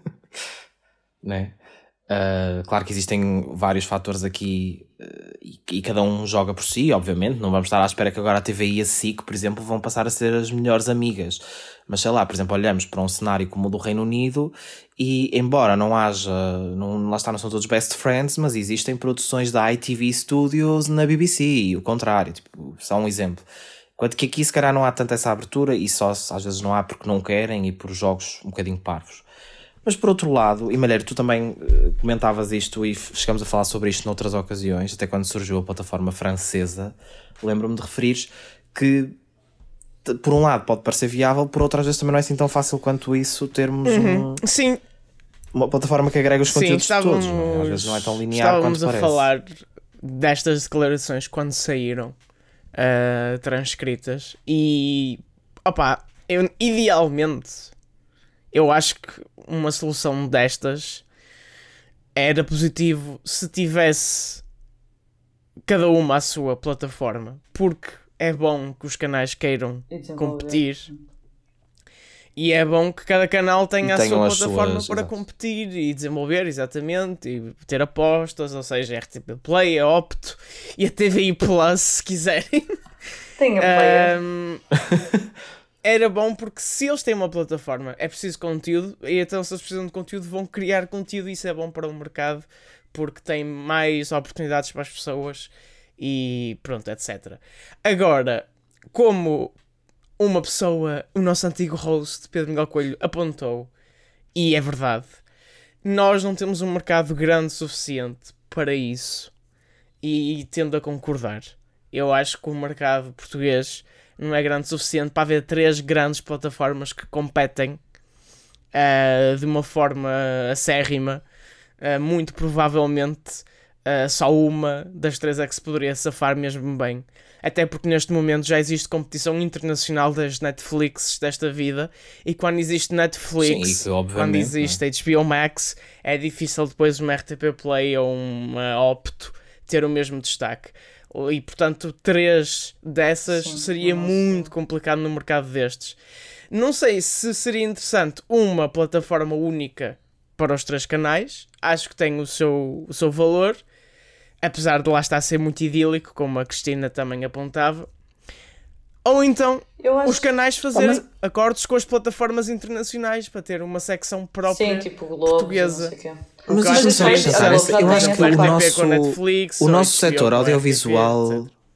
Não é? Uh, claro que existem vários fatores aqui uh, e, e cada um joga por si, obviamente. Não vamos estar à espera que agora a T V I e a S I C, por exemplo, vão passar a ser as melhores amigas. Mas sei lá, por exemplo, olhamos para um cenário como o do Reino Unido e, embora não haja, não, lá está, não são todos best friends, mas existem produções da I T V Studios na B B C e o contrário, tipo, só um exemplo. Enquanto que aqui se calhar não há tanta essa abertura e só às vezes não há porque não querem e por jogos um bocadinho parvos. Mas por outro lado, e Malheiro, tu também uh, comentavas isto e chegamos a falar sobre isto noutras ocasiões, até quando surgiu a plataforma francesa, lembro-me de referir que t- por um lado pode parecer viável, por outro às vezes também não é assim tão fácil quanto isso termos uhum. um... Sim, uma plataforma que agrega os Sim, conteúdos estávamos, todos, não é? Às vezes não é tão linear quanto estávamos parece. a falar destas declarações quando saíram uh, transcritas e opa, eu, idealmente eu acho que uma solução destas era positivo se tivesse cada uma a sua plataforma, porque é bom que os canais queiram competir e é bom que cada canal tenha a sua plataforma suas, para exato. competir e desenvolver, exatamente, e ter apostas, ou seja, R T P Play, a Opto e a T V I Plus, se quiserem. Tem a Play. Um, era bom porque se eles têm uma plataforma é preciso conteúdo, e então se eles precisam de conteúdo vão criar conteúdo e isso é bom para o mercado porque tem mais oportunidades para as pessoas e pronto, etcétera. Agora, como uma pessoa, o nosso antigo host Pedro Miguel Coelho apontou, e é verdade, nós não temos um mercado grande o suficiente para isso e tendo a concordar. Eu acho que o mercado português não é grande o suficiente para haver três grandes plataformas que competem uh, de uma forma acérrima. Uh, muito provavelmente uh, só uma das três é que se poderia safar mesmo bem. Até porque neste momento já existe competição internacional das Netflix desta vida e quando existe Netflix, Sim, quando existe H B O Max, é difícil depois uma R T P Play ou uma Opto ter o mesmo destaque. E portanto três dessas Sim, seria nossa. muito complicado no mercado destes. Não sei se seria interessante uma plataforma única para os três canais, acho que tem o seu, o seu valor, apesar de lá estar a ser muito idílico, como a Cristina também apontava. Ou então acho... os canais fazerem oh, mas... acordos com as plataformas internacionais para ter uma secção própria. Sim, tipo Globo, portuguesa. Não sei quê. Mas eu acho, acho, que, eu acho, eu acho que o nosso, Netflix, o nosso setor audiovisual... R T P,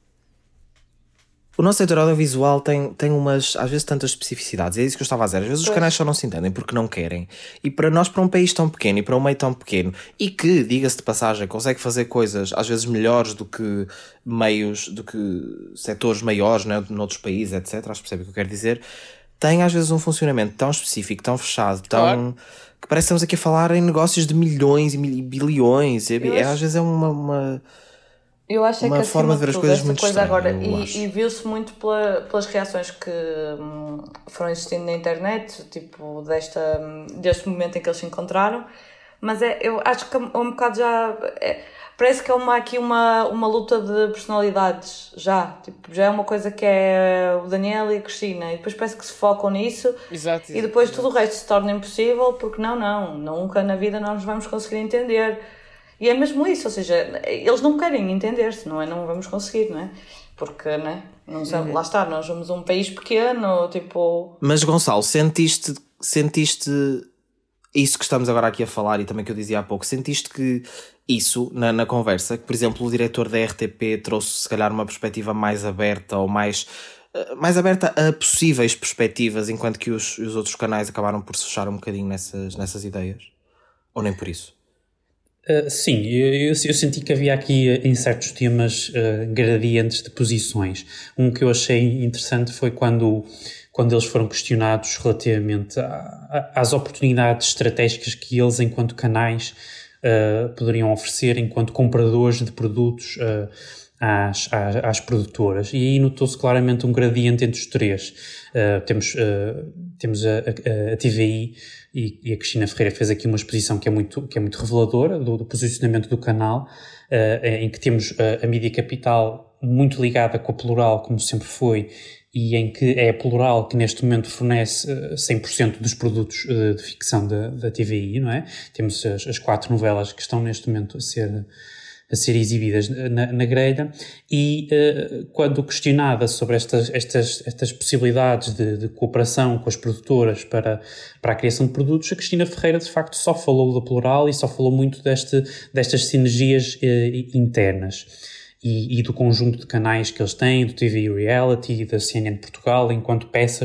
o nosso setor audiovisual tem, tem umas, às vezes, tantas especificidades. É isso que eu estava a dizer. Às vezes os canais só não se entendem porque não querem. E para nós, para um país tão pequeno e para um meio tão pequeno, e que, diga-se de passagem, consegue fazer coisas às vezes melhores do que meios, do que setores maiores, né, noutros países, etcétera. Acho que percebe o que eu quero dizer. Tem às vezes um funcionamento tão específico, tão fechado, tão... Claro. Que parece que estamos aqui a falar em negócios de milhões e bilhões. É, é, às vezes é uma... uma... Eu acho uma é que forma de ver as coisas muito coisa estranha, agora, e, e viu-se muito pela, pelas reações que hum, foram existindo na internet, tipo desta, deste momento em que eles se encontraram, mas é, eu acho que é um bocado já, é, parece que é uma, aqui uma, uma luta de personalidades, já, tipo, já é uma coisa que é o Daniel e a Cristina, e depois parece que se focam nisso, exato, e depois exato. tudo o resto se torna impossível, porque não, não, nunca na vida nós nos vamos conseguir entender. E é mesmo isso, ou seja, eles não querem entender-se, não é? Não vamos conseguir, não é? Porque, não é? Não sei, uhum. Lá está, nós somos um país pequeno, tipo... Mas, Gonçalo, sentiste, sentiste isso que estamos agora aqui a falar e também que eu dizia há pouco, sentiste que isso, na, na conversa, que, por exemplo, o diretor da R T P trouxe, se calhar, uma perspectiva mais aberta ou mais... mais aberta a possíveis perspectivas, enquanto que os, os outros canais acabaram por se fechar um bocadinho nessas, nessas ideias? Ou nem por isso? Uh, sim, eu, eu, eu senti que havia aqui em certos temas uh, gradientes de posições. Um que eu achei interessante foi quando, quando eles foram questionados relativamente a, a, às oportunidades estratégicas que eles, enquanto canais, uh, poderiam oferecer enquanto compradores de produtos uh, às, às, às produtoras. E aí notou-se claramente um gradiente entre os três. Uh, temos uh, temos a, a, a T V I e, e a Cristina Ferreira fez aqui uma exposição que é muito, que é muito reveladora do, do posicionamento do canal, uh, em que temos uh, a mídia capital muito ligada com a Plural, como sempre foi, e em que é a Plural que neste momento fornece uh, cem por cento dos produtos uh, de ficção da, da T V I, não é? Temos as, as quatro novelas que estão neste momento a ser... a ser exibidas na, na grelha e uh, quando questionada sobre estas, estas, estas possibilidades de, de cooperação com as produtoras para, para a criação de produtos, a Cristina Ferreira de facto só falou da Plural e só falou muito deste, destas sinergias uh, internas e, e do conjunto de canais que eles têm, do T V Reality e da C N N Portugal, enquanto peças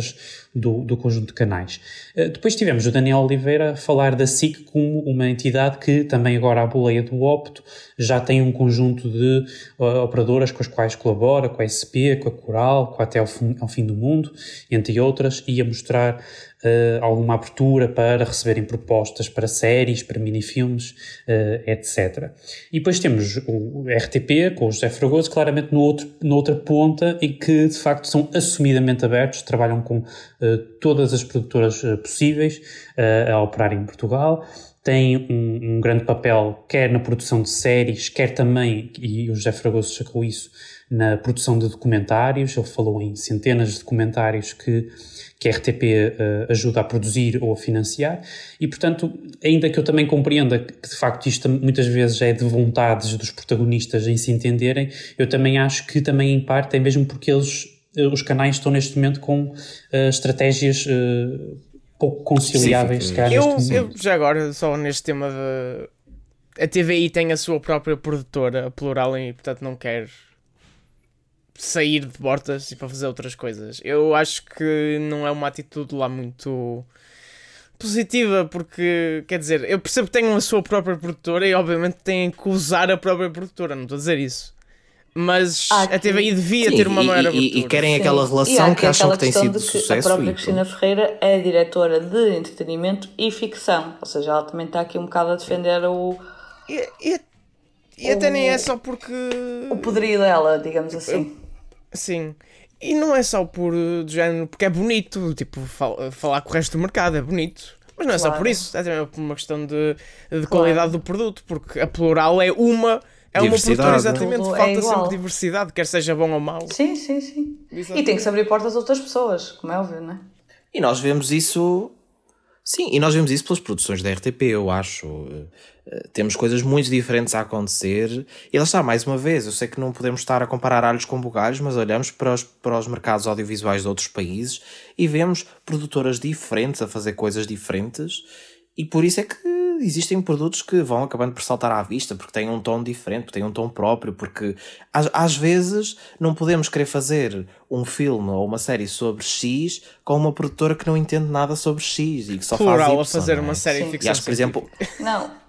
do, do conjunto de canais. Uh, depois tivemos o Daniel Oliveira a falar da S I C como uma entidade que também agora à boleia do Opto já tem um conjunto de uh, operadoras com as quais colabora, com a S P, com a Coral, com a Até ao Fim, ao Fim do Mundo, entre outras, e a mostrar Uh, alguma abertura para receberem propostas para séries, para minifilmes, uh, etcétera. E depois temos o R T P, com o José Fragoso, claramente no outro, na outra ponta, e que de facto são assumidamente abertos, trabalham com uh, todas as produtoras uh, possíveis uh, a operar em Portugal. Tem um, um grande papel quer na produção de séries, quer também, e o José Fragoso sacou isso, na produção de documentários. Ele falou em centenas de documentários que que a R T P uh, ajuda a produzir ou a financiar, e portanto, ainda que eu também compreenda que de facto isto muitas vezes é de vontades dos protagonistas em se entenderem, eu também acho que também em parte é mesmo porque eles, uh, os canais estão neste momento com uh, estratégias uh, pouco conciliáveis. Sim, se calhar, eu, neste eu já agora, só neste tema de... A T V I tem a sua própria produtora, a Plural, e portanto não quer sair de portas e para fazer outras coisas. Eu acho que não é uma atitude lá muito positiva, porque, quer dizer, eu percebo que tenham a sua própria produtora e obviamente têm que usar a própria produtora, não estou a dizer isso. Mas ah, a T V I devia sim, ter uma maior abertura. E, e querem sim. aquela relação que acham que tem sido de sucesso. A própria Cristina Ferreira é diretora de entretenimento e ficção, ou seja, ela também está aqui um bocado a defender o... E, e, e o, até nem é só porque... O poderio dela, digamos assim. Eu, sim, e não é só por do género, porque é bonito, tipo, fal, falar com o resto do mercado é bonito, mas não é claro. Só por isso, é também por uma questão de, de qualidade claro. Do produto, porque a Plural é uma, é uma produtora exatamente, falta é sempre diversidade, quer seja bom ou mau. Sim, sim, sim. Exatamente. E tem que se abrir portas a outras pessoas, como é óbvio, não é? E nós vemos isso, sim, e nós vemos isso pelas produções da R T P, eu acho. Temos coisas muito diferentes a acontecer e lá está, mais uma vez, eu sei que não podemos estar a comparar alhos com bugalhos, mas olhamos para os, para os mercados audiovisuais de outros países e vemos produtoras diferentes a fazer coisas diferentes, e por isso é que existem produtos que vão acabando por saltar à vista, porque têm um tom diferente, porque têm um tom próprio, porque às, às vezes não podemos querer fazer um filme ou uma série sobre X com uma produtora que não entende nada sobre X e que só Plural faz Y, a fazer não é? Uma série de ficção. E acho que, por exemplo... Não...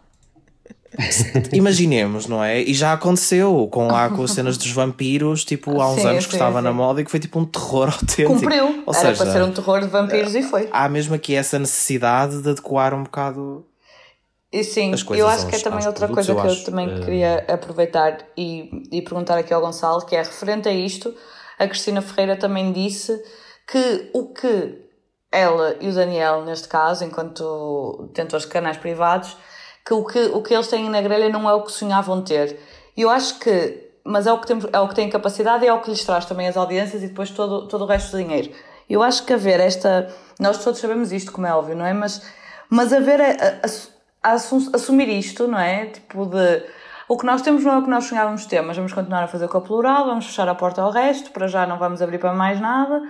Imaginemos, não é? E já aconteceu com lá com as cenas dos vampiros, tipo há uns sim, anos que sim, estava sim. na moda e que foi tipo um terror autêntico. Cumpriu, ou era seja, para ser um terror de vampiros e foi. Há mesmo aqui essa necessidade de adequar um bocado. E sim, as coisas eu acho aos, que é também outra produtos, coisa eu que acho, eu também uh... queria aproveitar e, e perguntar aqui ao Gonçalo, que é referente a isto. A Cristina Ferreira também disse que o que ela e o Daniel, neste caso, enquanto detentores de canais privados, que o, que o que eles têm na grelha não é o que sonhavam ter. E eu acho que, mas é o que, tem, é o que tem capacidade e é o que lhes traz também as audiências e depois todo, todo o resto do dinheiro. Eu acho que haver esta... Nós todos sabemos isto, como é óbvio, não é? Mas, mas haver... A, a, a, a assumir isto, não é? Tipo de... O que nós temos não é o que nós sonhávamos ter, mas vamos continuar a fazer com a Plural, vamos fechar a porta ao resto, para já não vamos abrir para mais nada.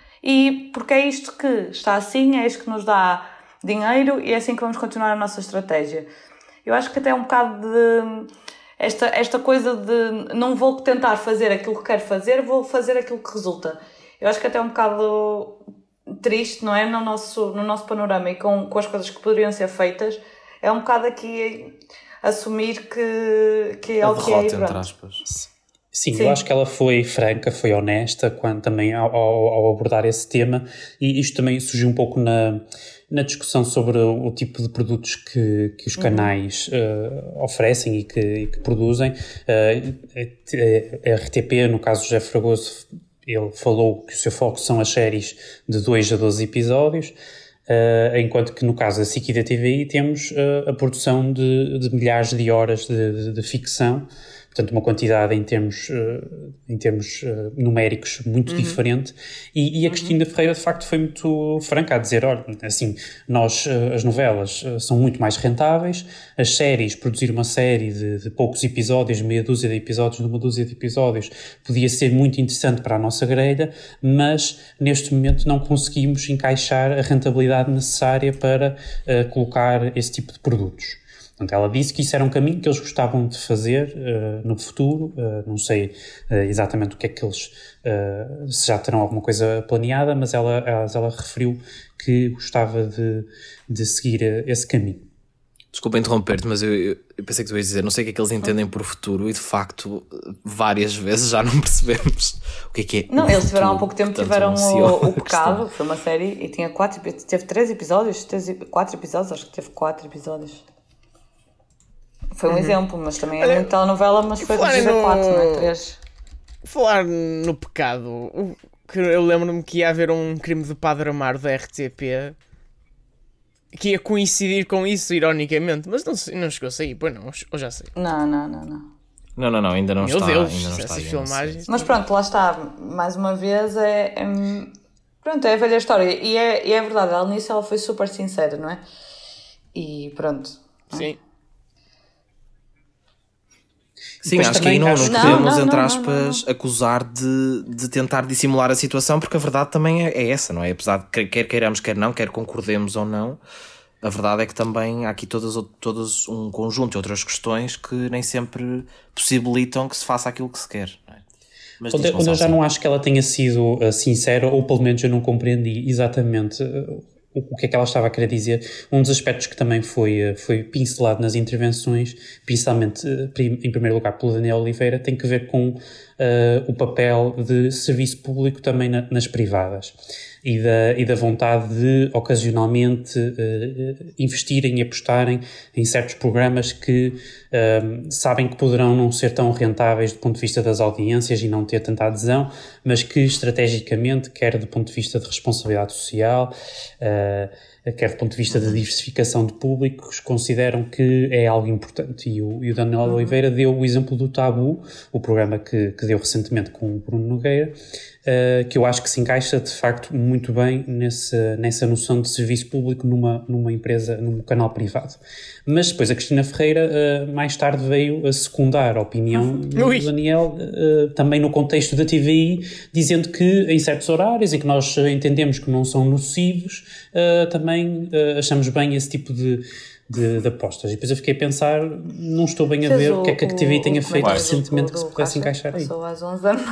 E porque é isto que está assim, é isto que nos dá dinheiro e é assim que vamos continuar a nossa estratégia. Eu acho que até é um bocado de... Esta, esta coisa de não vou tentar fazer aquilo que quero fazer, vou fazer aquilo que resulta. Eu acho que até é um bocado triste, não é? No nosso, no nosso panorama e com, com as coisas que poderiam ser feitas, é um bocado aqui assumir que, que é o que é. Entre aspas. Sim, Sim, eu acho que ela foi franca, foi honesta quando, também ao, ao abordar esse tema, e isto também surgiu um pouco na, na discussão sobre o, o tipo de produtos que, que os canais uhum. uh, oferecem e que, e que produzem. Uh, a R T P, no caso do José Fragoso, ele falou que o seu foco são as séries de dois a doze episódios, uh, enquanto que no caso da S I C e da T V I temos uh, a produção de, de milhares de horas de, de, de ficção. Portanto, uma quantidade em termos, uh, em termos uh, numéricos muito uhum. diferente. E, e a Cristina uhum. Ferreira, de facto, foi muito franca a dizer, olha, assim, nós, uh, as novelas uh, são muito mais rentáveis, as séries, produzir uma série de, de poucos episódios, meia dúzia de episódios, numa dúzia de episódios, podia ser muito interessante para a nossa grelha, mas neste momento não conseguimos encaixar a rentabilidade necessária para uh, colocar esse tipo de produtos. Portanto, ela disse que isso era um caminho que eles gostavam de fazer uh, no futuro, uh, não sei uh, exatamente o que é que eles, uh, se já terão alguma coisa planeada, mas ela, ela, ela referiu que gostava de, de seguir uh, esse caminho. Desculpa interromper-te, mas eu, eu, eu pensei que tu ias dizer, não sei o que é que eles entendem por futuro e de facto várias vezes já não percebemos o que é que é. Não, eles tiveram futuro. há pouco tempo, Portanto, tiveram o, o Pecado, questão. foi uma série e tinha quatro, teve três episódios, três, quatro episódios, acho que teve quatro episódios. Foi um uhum. exemplo, mas também é muito telenovela, mas foi reduzida a quatro, não é? três. Falar no Pecado, que eu lembro-me que ia haver um Crime de Padre Amaro da R T P que ia coincidir com isso, ironicamente, mas não, não chegou a sair, pois não, ou já sei. Não, não, não, não. Não, não, não, ainda não Meu está. Deus, ainda não essas está, filmagens. Mas pronto, lá está, mais uma vez, é, é, pronto, é a velha história, e é, e é verdade, ela nisso ela foi super sincera, não é? E pronto. Sim. Sim, acho que aí não, não não podemos, não, entre não, aspas, não, não. acusar de, de tentar dissimular a situação, porque a verdade também é, é essa, não é? Apesar de quer queiramos, quer não, quer concordemos ou não, a verdade é que também há aqui todas, todas um conjunto de outras questões que nem sempre possibilitam que se faça aquilo que se quer, não é? Mas onde, onde eu já não acho que ela tenha sido uh, sincera, ou pelo menos eu não compreendi exatamente uh, o que é que ela estava a querer dizer. Um dos aspectos que também foi, foi pincelado nas intervenções, principalmente em primeiro lugar pelo Daniel Oliveira, tem que ver com uh, o papel de serviço público também na, nas privadas e da, e da vontade de ocasionalmente uh, investirem e apostarem em certos programas que uh, sabem que poderão não ser tão rentáveis do ponto de vista das audiências e não ter tanta adesão, mas que estrategicamente, quer do ponto de vista de responsabilidade social, uh, quer do ponto de vista de diversificação de públicos, consideram que é algo importante. E o, e o Daniel uhum. Oliveira deu o exemplo do Tabu, o programa que, que deu recentemente com o Bruno Nogueira, uh, que eu acho que se encaixa de facto muito bem nessa, nessa noção de serviço público numa, numa empresa, num canal privado. Mas depois a Cristina Ferreira uh, mais tarde veio a secundar a opinião do Daniel, uh, também no contexto da T V I, dizendo que em certos horários em que nós entendemos que não são nocivos, uh, também uh, achamos bem esse tipo de, de, de apostas. E depois eu fiquei a pensar, não estou bem a Fez ver o que é que a T V I tenha feito recentemente que se pudesse encaixar aí. Passou às onze da noite.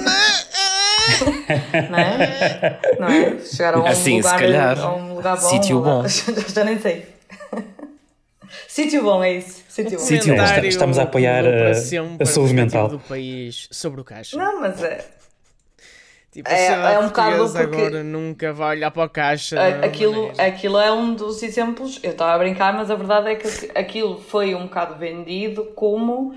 Não é? Não é? Chegaram a um assim, lugar, se calhar, a um lugar bom. Sítio bom. Já nem sei. Sítio bom, é isso. Sítio bom. Sítio bom. Estamos a apoiar a, a saúde mental do país sobre o caixa. Não, mas é... Tipo, é, é um bocado porque agora nunca vai olhar para o caixa. A, aquilo, aquilo é um dos exemplos. Eu estava a brincar, mas a verdade é que aquilo foi um bocado vendido como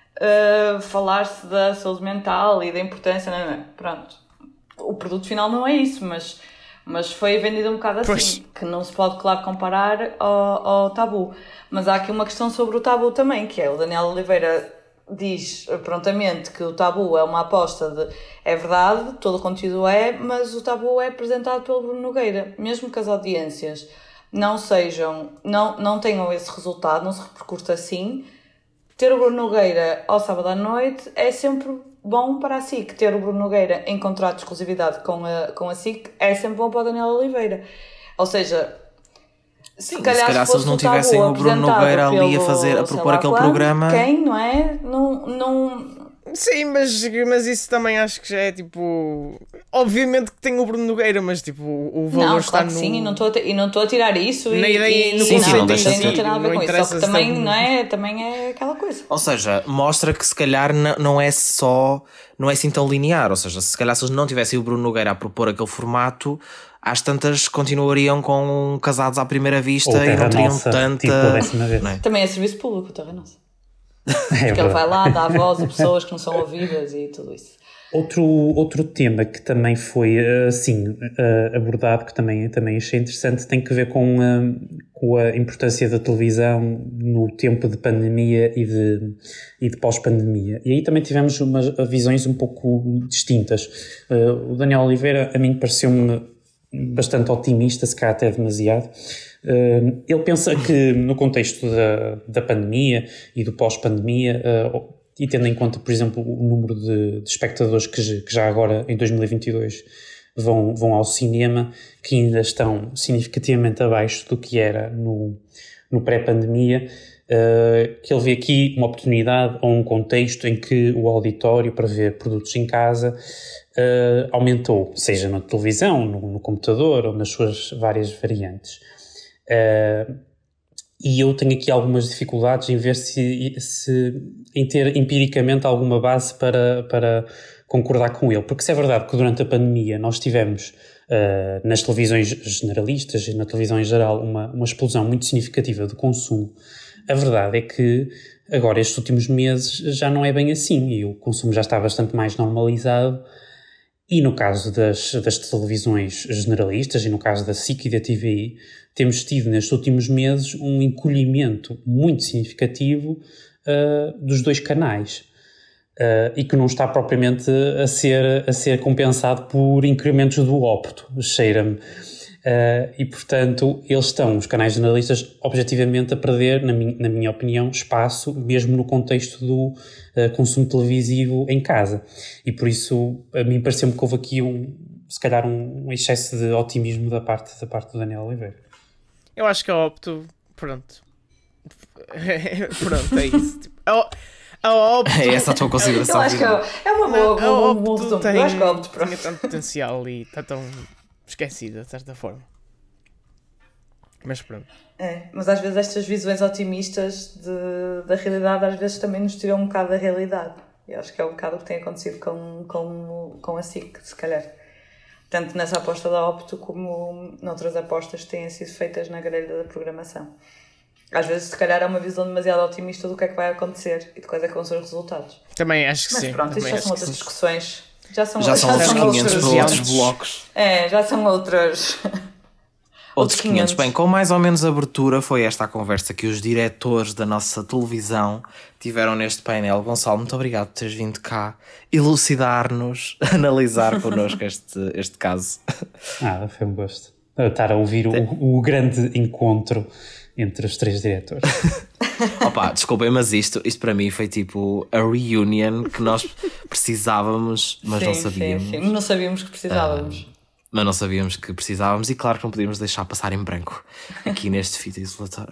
uh, falar-se da saúde mental e da importância. Não, não, pronto. O produto final não é isso, mas, mas foi vendido um bocado assim. Pois. Que não se pode, claro, comparar ao, ao Tabu. Mas há aqui uma questão sobre o Tabu também, que é o Daniel Oliveira diz prontamente que o Tabu é uma aposta de... É verdade, todo o conteúdo é, mas o Tabu é apresentado pelo Bruno Nogueira. Mesmo que as audiências não sejam, não, não tenham esse resultado, não se repercute assim, ter o Bruno Nogueira ao sábado à noite é sempre bom para a S I C. Ter o Bruno Nogueira em contrato de exclusividade com a, com a S I C é sempre bom para o Daniel Oliveira. Ou seja... Se Sim, calhar, se, calhar se eles não tivessem o Bruno Nogueira ali pelo, a fazer, a propor aquele quando, programa... Quem, não é? Não... não... Sim, mas, mas isso também acho que já é tipo... Obviamente que tem o Bruno Nogueira, mas tipo, o valor não, está claro no... sim, e não estou a, e não estou a tirar isso e... Na ideia, e, no sim, conceito não, em si, não tem nada a ver com isso, só que também, está... não é, também é aquela coisa. Ou seja, mostra que se calhar não é só... Não é assim tão linear, ou seja, se calhar se eles não tivessem o Bruno Nogueira a propor aquele formato... Às tantas continuariam com casados à primeira vista e não teriam nossa, tanta... Tipo, não é? Também é serviço público, Terra Nossa. É porque ele vai lá, dá voz a pessoas que não são ouvidas e tudo isso. Outro, outro tema que também foi assim, abordado, que também, também achei interessante, tem que ver com a, com a importância da televisão no tempo de pandemia e de, e de pós-pandemia. E aí também tivemos umas visões um pouco distintas. O Daniel Oliveira, a mim, pareceu-me bastante otimista, se calhar até demasiado. Uh, ele pensa que no contexto da, da pandemia e do pós-pandemia, uh, e tendo em conta, por exemplo, o número de, de espectadores que, que já agora em dois mil e vinte e dois vão, vão ao cinema, que ainda estão significativamente abaixo do que era no, no pré-pandemia, uh, que ele vê aqui uma oportunidade ou um contexto em que o auditório para ver produtos em casa uh, aumentou, seja na televisão, no, no computador ou nas suas várias variantes. Uh, e eu tenho aqui algumas dificuldades em ver se, se em ter empiricamente alguma base para, para concordar com ele, porque se é verdade que durante a pandemia nós tivemos uh, nas televisões generalistas e na televisão em geral uma, uma explosão muito significativa do consumo, a verdade é que agora estes últimos meses já não é bem assim e o consumo já está bastante mais normalizado. E no caso das, das televisões generalistas e no caso da S I C e da T V I, temos tido nestes últimos meses um encolhimento muito significativo uh, dos dois canais uh, e que não está propriamente a ser, a ser compensado por incrementos do ópto, cheira-me. Uh, e, portanto, eles estão, os canais generalistas, objetivamente a perder, na, mi- na minha opinião, espaço, mesmo no contexto do uh, consumo televisivo em casa. E por isso, a mim pareceu-me que houve aqui, um, se calhar, um, um excesso de otimismo da parte, da parte do Daniel Oliveira. Eu acho que a Opto, pronto. Pronto, é isso. Tipo, a, a Opto... É essa a tua consideração? Eu acho que é, é uma boa, Não, a um bom Opto resumo. tem, Eu acho que a Opto, pronto. tinha tanto potencial e está tão esquecida, de certa forma. Mas pronto. É, mas às vezes estas visões otimistas de, da realidade às vezes também nos tiram um bocado da realidade. Eu acho que é um bocado o que tem acontecido com, com, com a S I C, se calhar. Tanto nessa aposta da Opto como noutras apostas que têm sido feitas na grelha da programação. Às vezes, se calhar, é uma visão demasiado otimista do que é que vai acontecer e de quais é que vão ser os resultados. Também acho que mas sim. Mas pronto, isso já são outras discussões. Já são, já são já outros são quinhentos outros, para outros blocos. É, já são outras... Outros quinhentos. Bem, com mais ou menos abertura, foi esta a conversa que os diretores da nossa televisão tiveram neste painel. Gonçalo, muito obrigado por teres vindo cá elucidar-nos, analisar connosco este, este caso. Ah, foi um gosto estar a ouvir o, o grande encontro entre os três diretores. Opa, desculpem, mas isto, isto para mim foi tipo a reunion que nós precisávamos, mas sim, não sabíamos. Sim, sim. Não sabíamos que precisávamos. Uh, mas não sabíamos que precisávamos e claro que não podíamos deixar passar em branco aqui neste fita isolatória.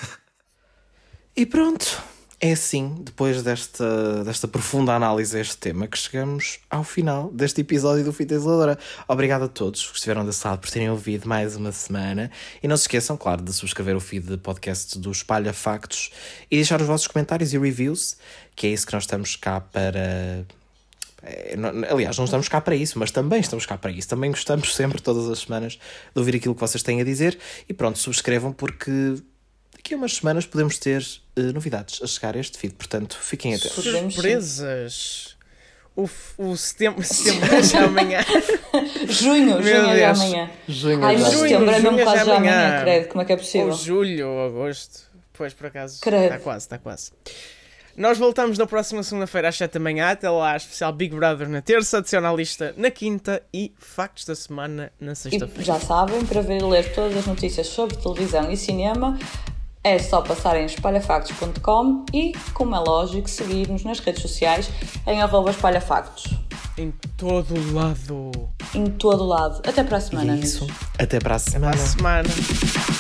E pronto, é assim, depois desta, desta profunda análise a este tema, que chegamos ao final deste episódio do Fita Isoladora. Obrigado a todos que estiveram desse lado por terem ouvido mais uma semana. E não se esqueçam, claro, de subscrever o feed de podcast do Espalha Factos e deixar os vossos comentários e reviews, que é isso que nós estamos cá para... Aliás, não estamos cá para isso, mas também estamos cá para isso. Também gostamos sempre, todas as semanas, de ouvir aquilo que vocês têm a dizer. E pronto, subscrevam porque daqui a umas semanas podemos ter uh, novidades a chegar a este feed. Portanto, fiquem atentos. Surpresas! O, o setembro, setembro é já amanhã. Junho, junho é já amanhã. Junho, Ai, mas junho, setembro é mesmo junho quase já amanhã, amanhã. credo. Como é que é possível? Ou julho, ou agosto. Pois, por acaso, credo. está quase, está quase. Nós voltamos na próxima segunda-feira às sete da manhã. Até lá, especial Big Brother na terça, adicionalista na quinta e factos da semana na sexta-feira. E já sabem, para ver e ler todas as notícias sobre televisão e cinema, é só passarem em espalha factos ponto com e, como é lógico, seguir-nos nas redes sociais em arroba espalhafactos. Em todo o lado. Em todo o lado. Até para a semana, Isso. amigos. Até para a semana. Até para a semana.